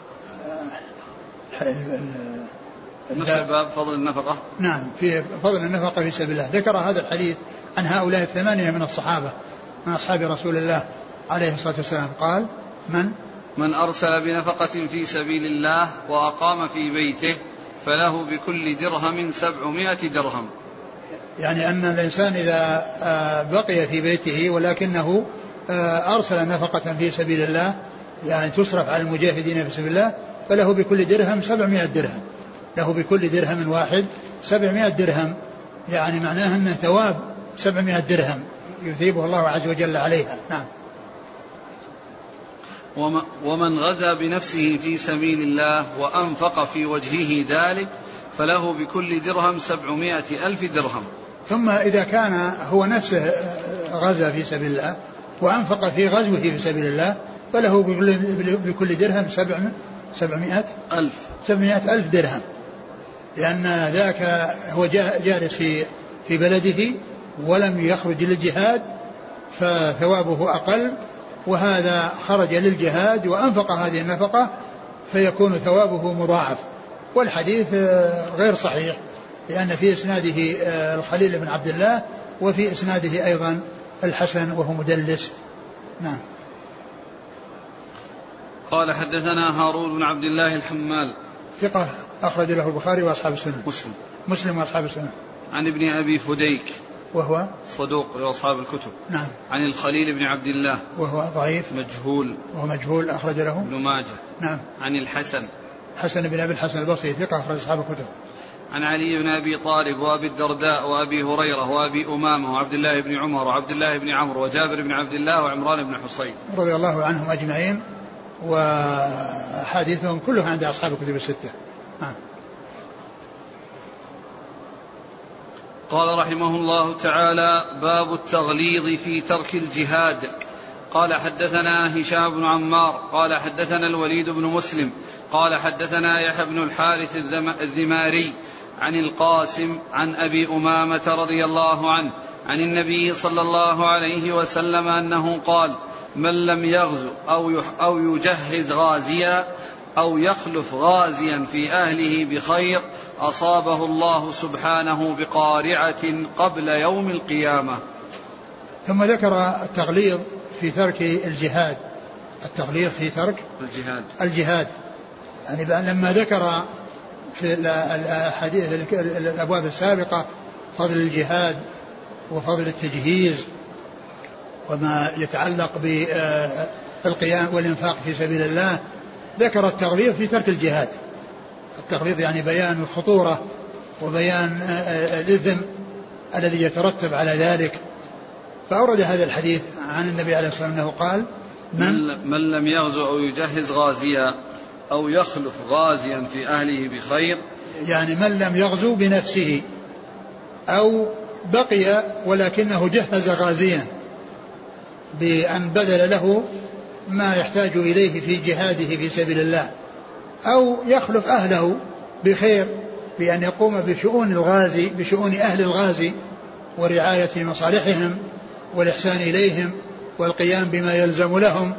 نفس باب فضل النفقة. نعم، في فضل النفقة في سبيل الله. ذكر هذا الحديث عن هؤلاء الثمانية من الصحابة من أصحاب رسول الله عليه الصلاة والسلام قال: من من أرسل بنفقة في سبيل الله وأقام في بيته فله بكل درهم سبعمائة درهم. يعني أن الإنسان إذا بقي في بيته ولكنه أرسل نفقة في سبيل الله يعني تصرف على المجاهدين في سبيل الله فله بكل درهم سبعمائة درهم، له بكل درهم واحد سبعمائة درهم، يعني معناه أن ثواب سبعمائة درهم يثيبه الله عز وجل عليها. نعم. ومن غزا بنفسه في سبيل الله وأنفق في وجهه ذلك فله بكل درهم سبعمائة ألف درهم. ثم إذا كان هو نفسه غزا في سبيل الله وأنفق في غزوه في سبيل الله فله بكل درهم سبعمائة ألف سبعمائة ألف درهم، لأن ذاك هو جالس في في بلده ولم يخرج للجهاد فثوابه أقل، وهذا خرج للجهاد وأنفق هذه النفقة فيكون ثوابه مضاعف. والحديث غير صحيح لأن في إسناده الخليل بن عبد الله وفي إسناده أيضا الحسن وهو مدلس. نعم. قال حدثنا هارون بن عبد الله الحمال ثقة أخرج له البخاري وأصحاب السنة. مسلم مسلم وأصحاب السنة. عن ابن أبي فديك وهو صدوق لأصحاب الكتب. نعم. عن الخليل بن عبد الله وهو ضعيف مجهول وهو مجهول أخرج له ابن ماجه. نعم. عن الحسن حسن بن أبي الحسن البصري ثقة أخرج أصحاب الكتب. عن علي بن أبي طالب وأبي الدرداء وأبي هريرة وأبي أمامة وعبد الله بن عمر وعبد الله بن عمرو وجابر بن عبد الله وعمران بن حصين رضي الله عنهم أجمعين، وحديثهم كلها عند أصحاب الكتب الستة. آه. قال رحمه الله تعالى: باب التغليظ في ترك الجهاد. قال حدثنا هشام بن عمار قال حدثنا الوليد بن مسلم قال حدثنا يحيى بن الحارث الذماري عن القاسم عن أبي أمامة رضي الله عنه عن النبي صلى الله عليه وسلم أنه قال: من لم يغزو أو أو يجهز غازيا أو يخلف غازيا في أهله بخير أصابه الله سبحانه بقارعة قبل يوم القيامة. ثم ذكر التغليظ في ترك الجهاد. التغليظ في ترك الجهاد الجهاد يعني لما ذكر في الحديث الأبواب السابقة فضل الجهاد وفضل التجهيز وما يتعلق بالقيام والإنفاق في سبيل الله، ذكر التغليظ في ترك الجهاد. التغليظ يعني بيان الخطورة وبيان الإثم الذي يترتب على ذلك، فأورد هذا الحديث عن النبي عليه الصلاة والسلام أنه قال: من, من لم يغزو أو يجهز غازيا أو يخلف غازيا في أهله بخير، يعني من لم يغزو بنفسه أو بقي ولكنه جهز غازيا بأن بذل له ما يحتاج إليه في جهاده في سبيل الله، أو يخلف أهله بخير بأن يقوم بشؤون الغازي بشؤون أهل الغازي ورعاية مصالحهم والإحسان إليهم والقيام بما يلزم لهم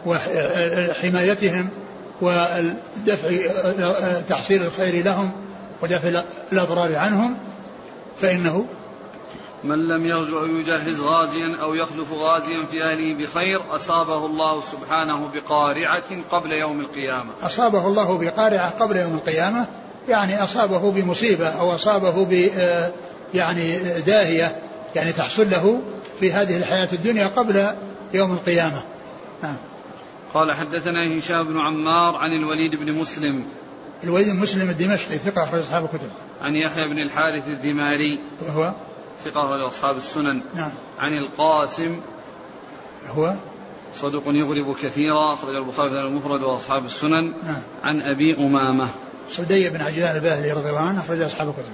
وحمايتهم ودفع تحصيل الخير لهم ودفع الأضرار عنهم، فإنه من لم يغزو أو يجهز غازيا أو يخلف غازيا في أهله بخير أصابه الله سبحانه بقارعة قبل يوم القيامة. أصابه الله بقارعة قبل يوم القيامة يعني أصابه بمصيبة أو أصابه ب يعني داهية يعني تحصل له في هذه الحياة الدنيا قبل يوم القيامة. ها. قال حدثنا هشام بن عمار عن الوليد بن مسلم الوليد بن مسلم الدمشقي ثقة أخرج أصحاب الكتب. عن يحيى بن الحارث الذماري وهو ثقة أخرج أصحاب السنن. نعم. عن القاسم هو صدوق يغرب كثيرا أخرج البخاري في المفرد وأصحاب السنن. نعم. عن أبي أمامة صدي بن عجلان الباهلي رضي الله عنه أخرج أصحاب الكتب.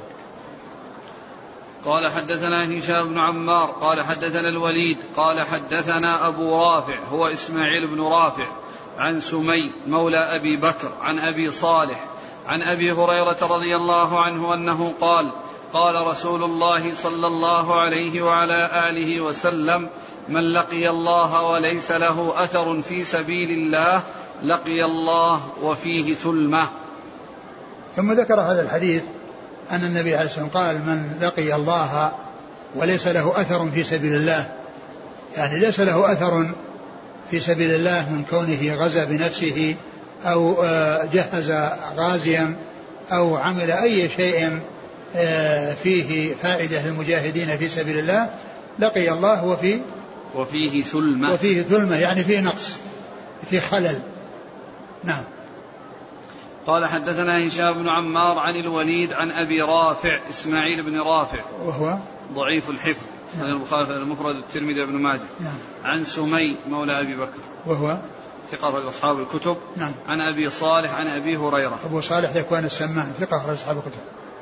قال حدثنا هشام بن عمار قال حدثنا الوليد قال حدثنا أبو رافع هو إسماعيل بن رافع عن سمي مولى أبي بكر عن أبي صالح عن أبي هريرة رضي الله عنه أنه قال: قال رسول الله صلى الله عليه وعلى آله وسلم: من لقي الله وليس له أثر في سبيل الله لقي الله وفيه ثلمة. ثم ذكر هذا الحديث أن النبي عليه الصلاة والسلام قال: من لقي الله وليس له أثر في سبيل الله، يعني ليس له أثر في سبيل الله من كونه غزا بنفسه أو جهز غازيا أو عمل أي شيء فيه فائدة للمجاهدين في سبيل الله، لقي الله وفيه وفيه ثلمة وفيه ثلمة يعني فيه نقص فيه خلل. نعم. قال حدثنا هشام بن عمار عن الوليد عن أبي رافع إسماعيل بن رافع وهو ضعيف الحفظ عن نعم. البخاري في المفرد الترمذي بن ماجه. نعم. عن سمي مولى أبي بكر وهو ثقة في أصحاب الكتب. نعم. عن أبي صالح عن أبي هريرة أبو صالح ذكوان السمان ثقة في أصحاب الكتب.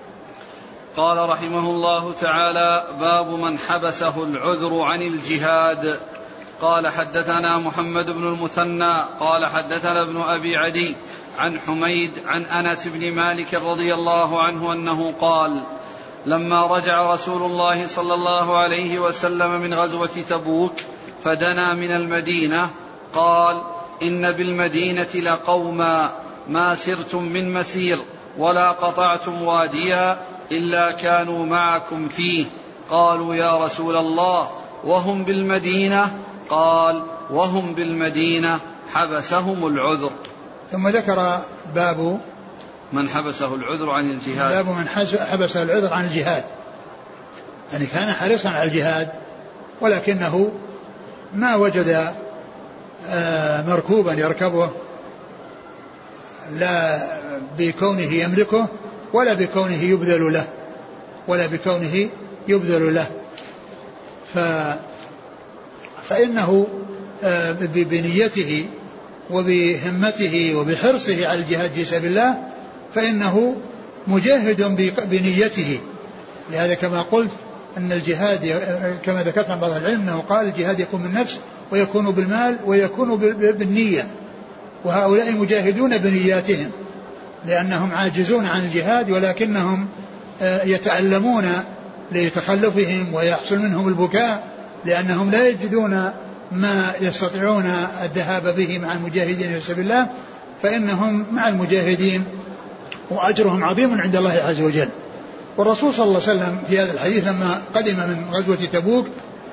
قال رحمه الله تعالى: باب من حبسه العذر عن الجهاد. قال حدثنا محمد بن المثنى قال حدثنا ابن أبي عدي عن حميد عن أنس بن مالك رضي الله عنه أنه قال: لما رجع رسول الله صلى الله عليه وسلم من غزوة تبوك فدنا من المدينة قال: إن بالمدينة لقوما ما سرتم من مسير ولا قطعتم واديا إلا كانوا معكم فيه. قالوا: يا رسول الله وهم بالمدينة؟ قال: وهم بالمدينة حبسهم العذر. ثم ذكر باب من حبسه العذر عن الجهاد. باب من حبسه العذر عن الجهاد، يعني كان حريصا على الجهاد ولكنه ما وجد مركوبا يركبه، لا بكونه يملكه ولا بكونه يبذل له ولا بكونه يبذل له ف فإنه بنيته وبهمته وبحرصه على الجهاد في سبيل الله فإنه مجاهد بنيته. لهذا كما قلت أن الجهاد كما ذكرت عن بعض العلم أنه قال الجهاد يكون بالنفس ويكون بالمال ويكون بالنية، وهؤلاء مجاهدون بنياتهم لأنهم عاجزون عن الجهاد ولكنهم يتألمون لتخلفهم ويحصل منهم البكاء لأنهم لا يجدون ما يستطيعون الذهاب به مع المجاهدين في سبيل الله، فإنهم مع المجاهدين وأجرهم عظيم عند الله عز وجل. والرسول صلى الله عليه وسلم في هذا الحديث لما قدم من غزوة تبوك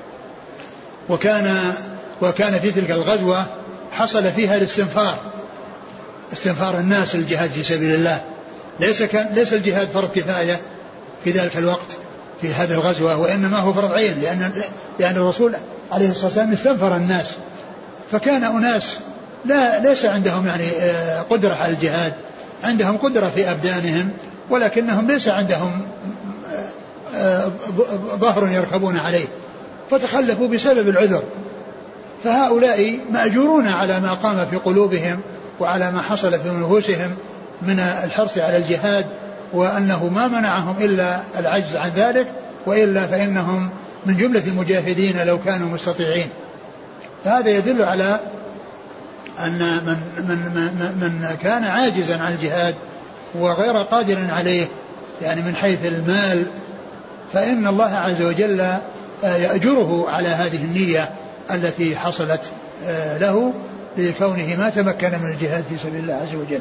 وكان وكان في تلك الغزوة حصل فيها الاستنفار استنفار الناس للجهاد في سبيل الله، ليس كان ليس الجهاد فرض كفاية في ذلك الوقت في هذه الغزوة، وإنما هو فرض عين، لأن لأن الرسول عليه الصلاة والسلام استنفر الناس، فكان أناس لا ليس عندهم يعني قدرة على الجهاد، عندهم قدرة في أبدانهم ولكنهم ليس عندهم ظهر يركبون عليه فتخلفوا بسبب العذر. فهؤلاء مأجورون على ما قام في قلوبهم وعلى ما حصل في نفوسهم من الحرص على الجهاد، وأنه ما منعهم إلا العجز عن ذلك، وإلا فإنهم من جملة المجاهدين لو كانوا مستطيعين. فهذا يدل على أن من, من, من, من كان عاجزا عن الجهاد وغير قادر عليه يعني من حيث المال فإن الله عز وجل يأجره على هذه النية التي حصلت له لكونه ما تمكن من الجهاد في سبيل الله عز وجل.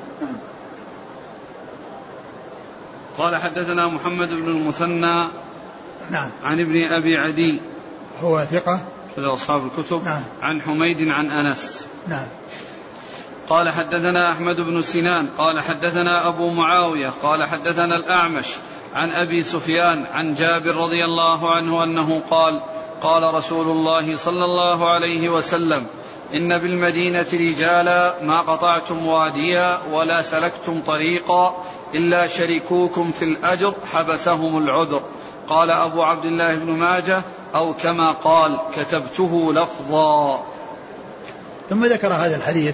قال حدثنا محمد بن المثنى نعم عن ابن أبي عدي هو ثقة في أصحاب الكتب نعم عن حميد عن أنس نعم قال حدثنا أحمد بن سنان قال حدثنا أبو معاوية قال حدثنا الأعمش عن أبي سفيان عن جابر رضي الله عنه أنه قال قال رسول الله صلى الله عليه وسلم: إن بالمدينة رجالا ما قطعتم واديا ولا سلكتم طريقا إلا شركوكم في الأجر حبسهم العذر. قال أبو عبد الله بن ماجه: أو كما قال كتبته لفظا. ثم ذكر هذا الحديث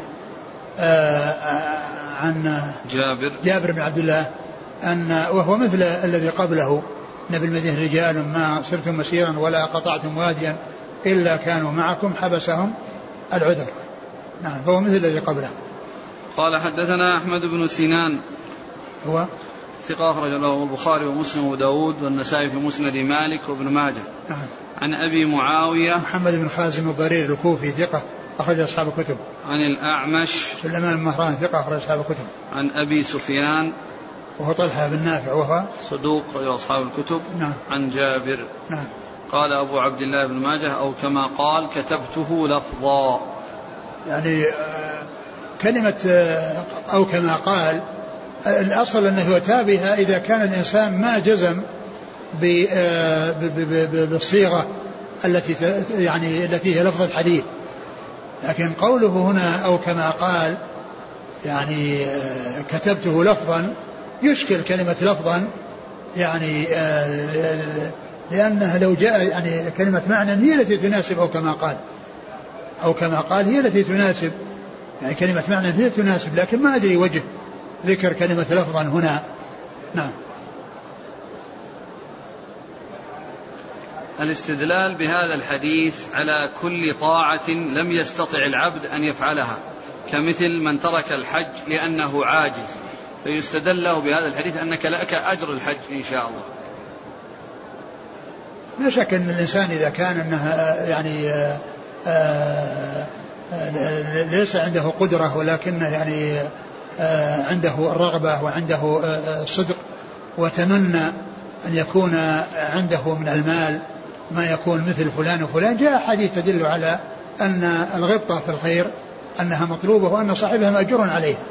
عن جابر جابر بن عبد الله أن وهو مثل الذي قبله: إن بالمدينة رجال ما سرتم مسيرا ولا قطعتم واديا إلا كانوا معكم حبسهم العذر. نعم فهو مثل الذي قبله. قال حدثنا أحمد بن سنان هو ثقة أخرج له البخاري ومسلم وداود والنسائي في مسند مالك وابن ماجه. نعم. عن أبي معاوية محمد بن خازم الضرير الكوفي ثقة أخرج أصحاب الكتب. عن الأعمش سليمان المهران ثقة أخرج أصحاب الكتب. عن أبي سفيان وهو طلحة بن نافع وهو صدوق أخرج أصحاب الكتب. نعم. عن جابر. نعم. قال أبو عبد الله بن ماجه: أو كما قال كتبته لفظا. يعني كلمة أو كما قال الأصل أنه يتابها إذا كان الإنسان ما جزم بالصيغة التي يعني التي هي لفظ الحديث، لكن قوله هنا أو كما قال يعني كتبته لفظا يشكل كلمة لفظا، يعني لأنها لو جاء يعني كلمة معنى هي التي تناسب أو كما قال أو كما قال هي التي تناسب، يعني كلمة معنى هي تناسب، لكن ما أدري وجه ذكر كلمة لفظا هنا. نعم. الاستدلال بهذا الحديث على كل طاعة لم يستطع العبد أن يفعلها، كمثل من ترك الحج لأنه عاجز، فيستدل له بهذا الحديث أنك لك أجر الحج إن شاء الله. لا شك أن الإنسان إذا كان أنها يعني آآ آآ ليس عنده قدرة ولكنه يعني عنده الرغبة وعنده الصدق وتمنى أن يكون عنده من المال ما يكون مثل فلان وفلان، جاء حديث تدل على أن الغبطة في الخير أنها مطلوبة وأن صاحبها مأجور عليها.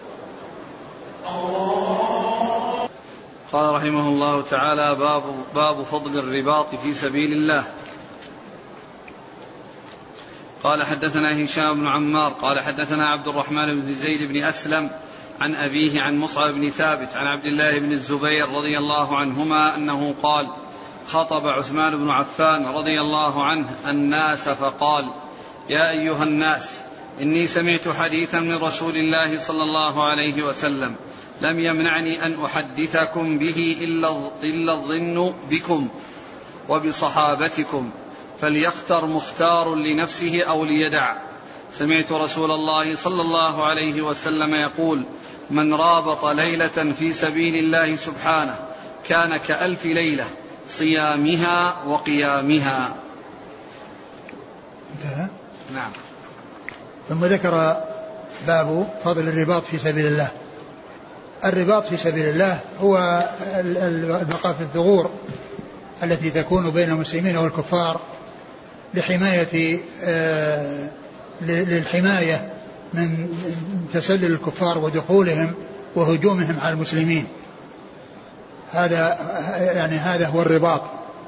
قال رحمه الله تعالى: باب, باب فضل الرباط في سبيل الله. قال حدثنا هشام بن عمار قال حدثنا عبد الرحمن بن زيد بن أسلم عن أبيه عن مصعب بن ثابت عن عبد الله بن الزبير رضي الله عنهما أنه قال: خطب عثمان بن عفان رضي الله عنه الناس فقال: يا أيها الناس، إني سمعت حديثا من رسول الله صلى الله عليه وسلم لم يمنعني أن أحدثكم به إلا الظن بكم وبصحابتكم، فليختر مختار لنفسه أو ليدع. سمعت رسول الله صلى الله عليه وسلم يقول: من رابط ليلة في سبيل الله سبحانه كان كألف ليلة صيامها وقيامها. انتهى. نعم. ثم ذكر باب فضل الرباط في سبيل الله. الرباط في سبيل الله هو البقاء في الثغور التي تكون بين المسلمين والكفار لحماية للحماية من تسلل الكفار ودخولهم وهجومهم على المسلمين. هذا يعني هذا هو الرباط.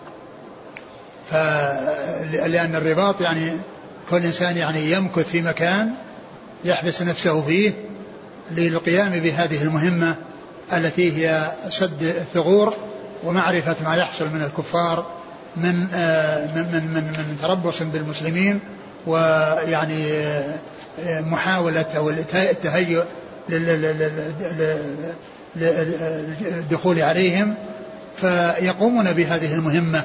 لأن الرباط يعني كل إنسان يعني يمكث في مكان يحبس نفسه فيه للقيام بهذه المهمة التي هي سد الثغور ومعرفة ما يحصل من الكفار من من من من, من تربص بالمسلمين ويعني محاولة أو التهيؤ للدخول عليهم، فيقومون بهذه المهمة.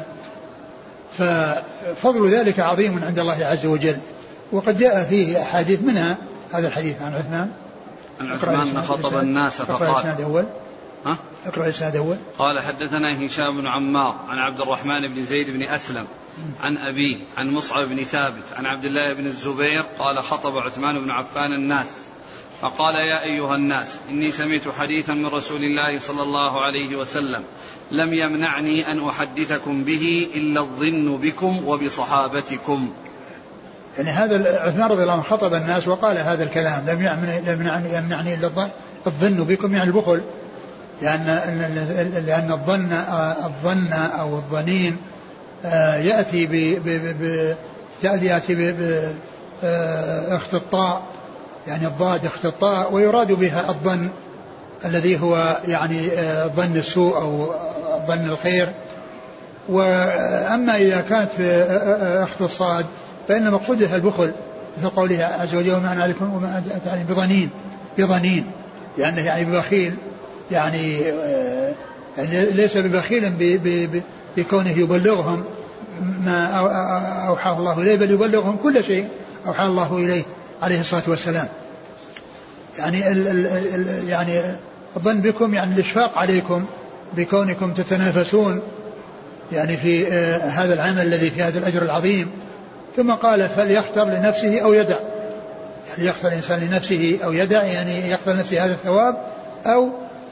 ففضل ذلك عظيم عند الله عز وجل، وقد جاء فيه أحاديث منها هذا الحديث عن عثمان. عن عثمان خطب الناس فقال: اقرأ الإسناد الأول. ها؟ اقرأ الإسناد الأول. قال حدثنا هشام بن عمار عن عبد الرحمن بن زيد بن أسلم عن أبيه عن مصعب بن ثابت عن عبد الله بن الزبير قال: خطب عثمان بن عفان الناس فقال: يا أيها الناس، إني سمعت حديثا من رسول الله صلى الله عليه وسلم لم يمنعني أن أحدثكم به إلا الظن بكم وبصحابتكم. يعني هذا عثمان رضي الله عنه خطب الناس وقال هذا الكلام: لم يمنعني إلا الظن بكم، يعني البخل، لأن لأن الظن الظن أو الظنين يأتي ب يأتي باختطاء، يعني الضاد اختطاء، ويراد بها الظن الذي هو يعني ظن السوء أو ظن الخير. وأما إذا كانت في اختصاد فإن مقصودها البخل، مثل قوله عز وجل: وما أنا عليكم وما أنت عليهم بظنين بظنين يعني يعني ببخيل، يعني ليس ببخيل بكونه يبلغهم ما أوحاه الله إليه، بل يبلغهم كل شيء أوحى الله إليه عليه الصلاة والسلام. يعني ال ال ال يعني الظن بكم يعني الإشفاق عليكم بكونكم تتنافسون يعني في هذا العمل الذي في هذا الأجر العظيم. ثم قال: فليختر لنفسه أو يدع، يعني يختر الإنسان لنفسه أو يدع، يعني يختر لنفسه هذا الثواب أو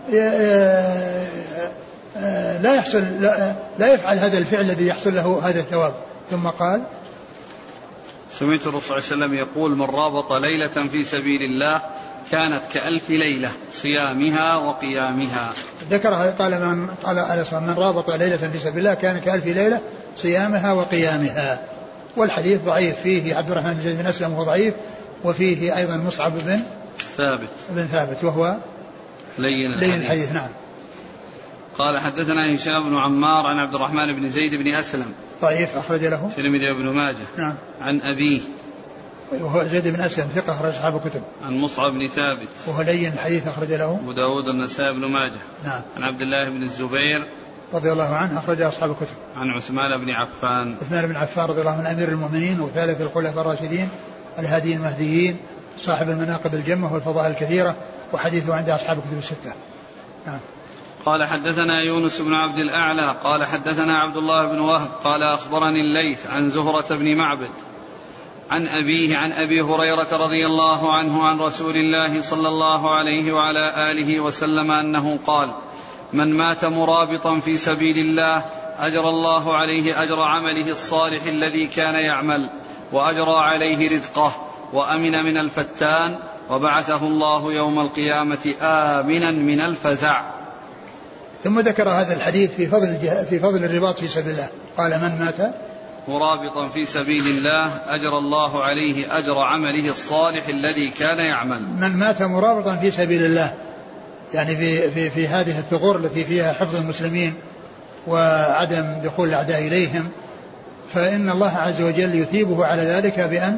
لا يحصل لا يفعل هذا الفعل الذي يحصل له هذا الثواب. ثم قال: سمعت الرسول صلى الله عليه وسلم يقول: من رابط ليلة في سبيل الله كانت كألف ليلة صيامها وقيامها. ذكرها قال من قال عليه الصلاة من رابط ليلة في سبيل الله كان كألف ليلة صيامها وقيامها. والحديث ضعيف، فيه عبد الرحمن بن زيد بن أسلم وهو ضعيف، وفيه أيضا مصعب بن ثابت بن ثابت وهو لين الحديث, لين الحديث. نعم. قال حدثنا هشام بن عمار عن عبد الرحمن بن زيد بن أسلم ضعيف أخرج له الترمذي وابن ماجه. نعم. عن أبيه وهو زيد بن أسلم ثقة أخرج أصحاب الكتب. عن مصعب بن ثابت وهو لين الحديث أخرج له أبو داود النسائي بن ماجه. نعم. عن عبد الله بن الزبير رضي الله عنه أخرج أصحاب الكتب. عن عثمان بن عفان عثمان بن عفان رضي الله عنه أمير المؤمنين وثالث الخلفاء الراشدين الهاديين المهديين صاحب المناقب الجمة والفضائل الكثيرة وحديثه عند أصحاب الكتب الستة. نعم. قال حدثنا يونس بن عبد الأعلى قال حدثنا عبد الله بن وهب قال أخبرني الليث عن زهرة بن معبد عن أبيه عن أبي هريرة رضي الله عنه عن رسول الله صلى الله عليه وعلى آله وسلم أنه قال: من مات مرابطا في سبيل الله أجرى الله عليه أجر عمله الصالح الذي كان يعمل وأجرى عليه رزقه وأمن من الفتان وبعثه الله يوم القيامة آمنا من الفزع. ثم ذكر هذا الحديث في فضل في فضل الرباط في سبيل الله. قال: من مات مرابطا في سبيل الله أجرى الله عليه أجر عمله الصالح الذي كان يعمل. من مات مرابطا في سبيل الله يعني في, في, في هذه الثغور التي فيها حفظ المسلمين وعدم دخول الأعداء إليهم فإن الله عز وجل يثيبه على ذلك بأن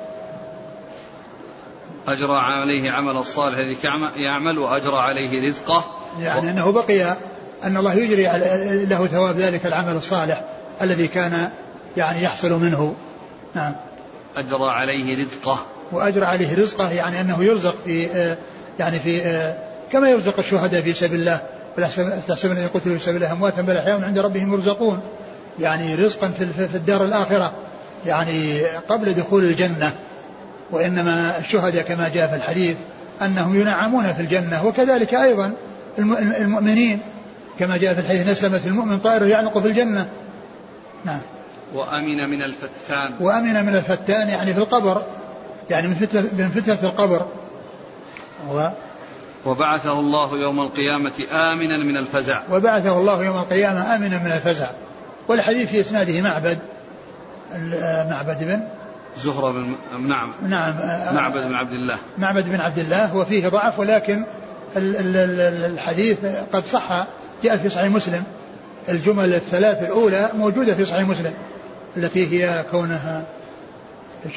أجرى عليه عمل الصالح الذي يعمل وأجرى عليه رزقه، يعني أنه بقي أن الله يجري له ثواب ذلك العمل الصالح الذي كان يعني يحصل منه. نعم. أجرى عليه رزقه وأجرى عليه رزقه يعني أنه يرزق في يعني في كما يرزق الشهداء في سبيل الله ولا تحسبن الذين قتلوا في سبيل الله أمواتا بل أحياء عند ربهم يرزقون، يعني رزقا في الدار الآخرة يعني قبل دخول الجنة. وإنما الشهداء كما جاء في الحديث أنهم ينعمون في الجنة وكذلك أيضا المؤمنين كما جاء في الحديث: نسمة المؤمن طائر يعلق في الجنة. نعم. وأمن من الفتان وأمن من الفتان يعني في القبر يعني من فتنة, من فتنة القبر. و وبعثه الله يوم القيامة آمنا من الفزع. وبعثه الله يوم القيامة آمنا من الفزع. والحديث في إسناده معبد معبد بن زهرة بن نعم نعم معبد بن عبد الله معبد بن عبد الله وفيه ضعف، ولكن الحديث قد صح جاء في صحيح مسلم. الجمل الثلاث الأولى موجودة في صحيح مسلم التي هي كونها إيش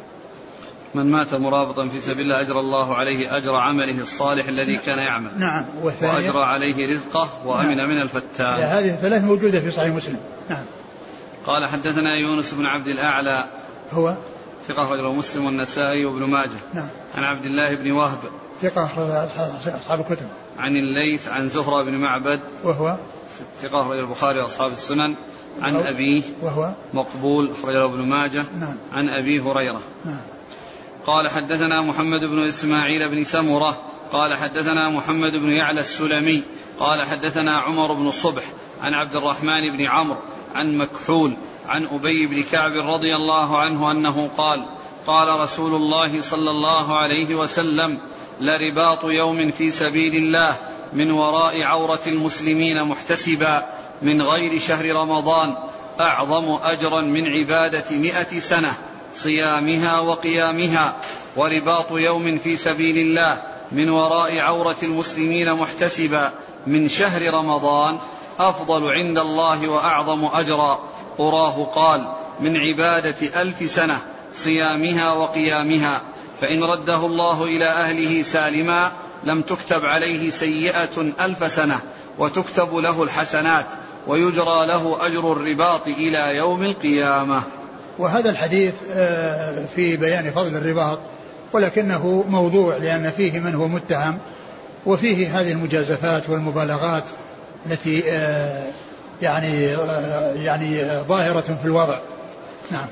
من مات مرابطا في سبيل الله أجرى الله عليه أجر عمله الصالح الذي كان يعمل. نعم. وأجرى عليه رزقه وأمن نعم. من الفتان. هذه الثلاث موجودة في صحيح مسلم. نعم. قال حدثنا يونس بن عبد الأعلى هو ثقة رجل مسلم والنسائي وابن ماجه. نعم. عن عبد الله بن وهب ثقة أصحاب الكتب. عن الليث عن زهرة بن معبد وهو ثقة رجل البخاري وأصحاب السنن. عن أبيه وهو مقبول رجل ابن ماجه. نعم. عن أبي هريرة. نعم. قال حدثنا محمد بن إسماعيل بن سمرة قال حدثنا محمد بن يعلى السلمي قال حدثنا عمر بن الصبح عن عبد الرحمن بن عمرو عن مكحول عن أبي بن كعب رضي الله عنه أنه قال: قال رسول الله صلى الله عليه وسلم: لرباط يوم في سبيل الله من وراء عورة المسلمين محتسبا من غير شهر رمضان أعظم أجرا من عبادة مئة سنة صيامها وقيامها، ورباط يوم في سبيل الله من وراء عورة المسلمين محتسبا من شهر رمضان أفضل عند الله وأعظم أجرا. أراه قال: من عبادة ألف سنة صيامها وقيامها، فإن رده الله إلى أهله سالما لم تكتب عليه سيئة ألف سنة وتكتب له الحسنات ويجرى له أجر الرباط إلى يوم القيامة. وهذا الحديث في بيان فضل الرباط ولكنه موضوع لأن فيه من هو متهم وفيه هذه المجازفات والمبالغات التي يعني يعني ظاهرة في الوضع. نعم.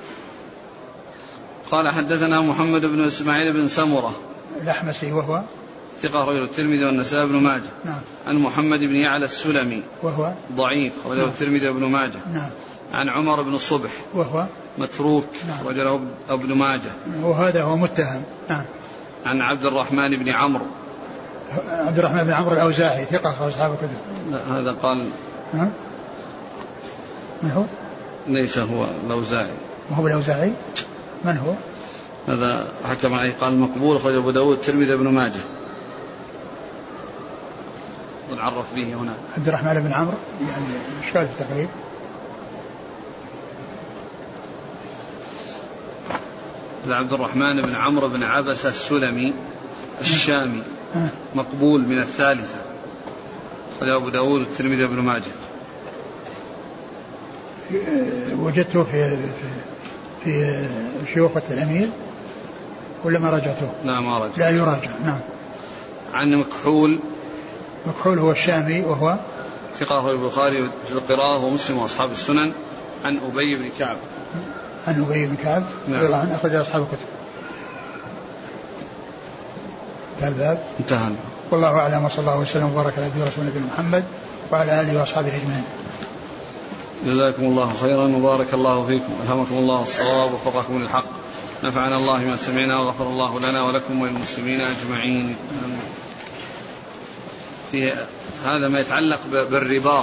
قال حدثنا محمد بن إسماعيل بن سمرة الأحمسي وهو ثقة رجل الترمذي والنسائي بن ماجه. نعم. عن محمد بن يعلى السلمي وهو ضعيف رجل الترمذي وابن ماجه. نعم. عن عمر بن الصبح وهو متروك نعم. رجله ابن ماجه وهذا هو متهم. نعم. عن عبد الرحمن بن عمرو عبد الرحمن بن عمرو الأوزاعي ثقة أصحاب الكتب. لا هذا قال ها؟ من هو؟ ليس هو الأوزاعي. ما هو الأوزاعي؟ من هو؟ هذا حكم عليه قال مقبول خرج أبو داود الترمذي ابن ماجه ونعرف به هنا. عبد الرحمن بن عمرو يعني إشكال في التقريب. عبد الرحمن بن عمرو بن عبسة السلمي الشامي مقبول من الثالثة خرج أبو داود الترمذي ابن ماجه. وجدته في في, في شيوخ التلاميذ ولا ما راجعته؟ لا ما راجع. لا يراجع. نعم. عن مكحول. مكحول هو الشامي وهو ثقة في البخاري في القراءة ومسلم وأصحاب السنن. عن أبي بن كعب. عن أبي بن كعب. نعم. عن أخرج أصحاب الكتب. الباب انتهى. والله أعلم وصلى الله وسلم وبارك على عبده ورسوله نبينا محمد وعلى آله وأصحابه أجمعين. جزاكم الله خيرا وبارك الله فيكم. ألهمكم الله الصواب ووفقكم للحق. نفعنا الله ما سمعنا وغفر الله لنا ولكم وللمسلمين أجمعين. في هذا ما يتعلق بالرباط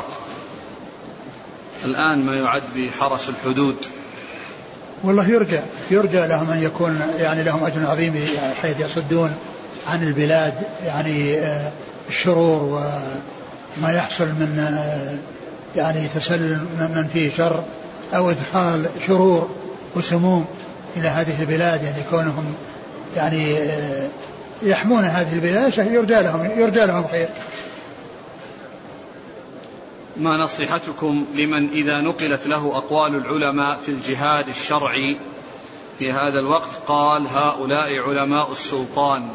الآن ما يعد بحرس الحدود. والله يرجى يرجى لهم أن يكون يعني لهم أجر عظيم حيث يصدون عن البلاد يعني الشرور وما يحصل من يعني تسلل من فيه شر أو إدخال شرور وسموم إلى هذه البلاد، يعني كونهم يعني يحمون هذه البلاد يرجى لهم يرجى لهم خير. ما نصيحتكم لمن إذا نقلت له أقوال العلماء في الجهاد الشرعي في هذا الوقت قال هؤلاء علماء السلطان؟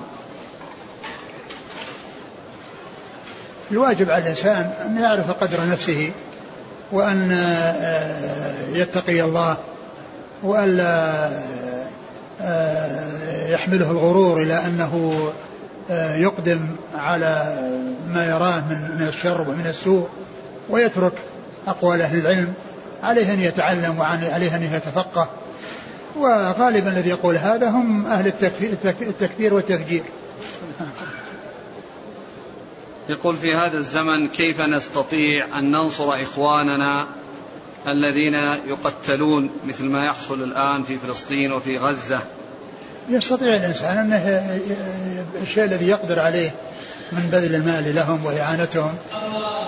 الواجب على الإنسان أن يعرف قدر نفسه وأن يتقي الله وألا يحمله الغرور إلى أنه يقدم على ما يراه من الشر ومن السوء ويترك أقوال أهل العلم. عليه أن يتعلم وعليه أن يتفقه، وغالبا الذي يقول هذا هم أهل التكفير والتفجير. يقول في هذا الزمن كيف نستطيع أن ننصر إخواننا الذين يقتلون مثل ما يحصل الآن في فلسطين وفي غزة؟ يستطيع الإنسان أنه الشيء الذي يقدر عليه من بذل المال لهم وإعانتهم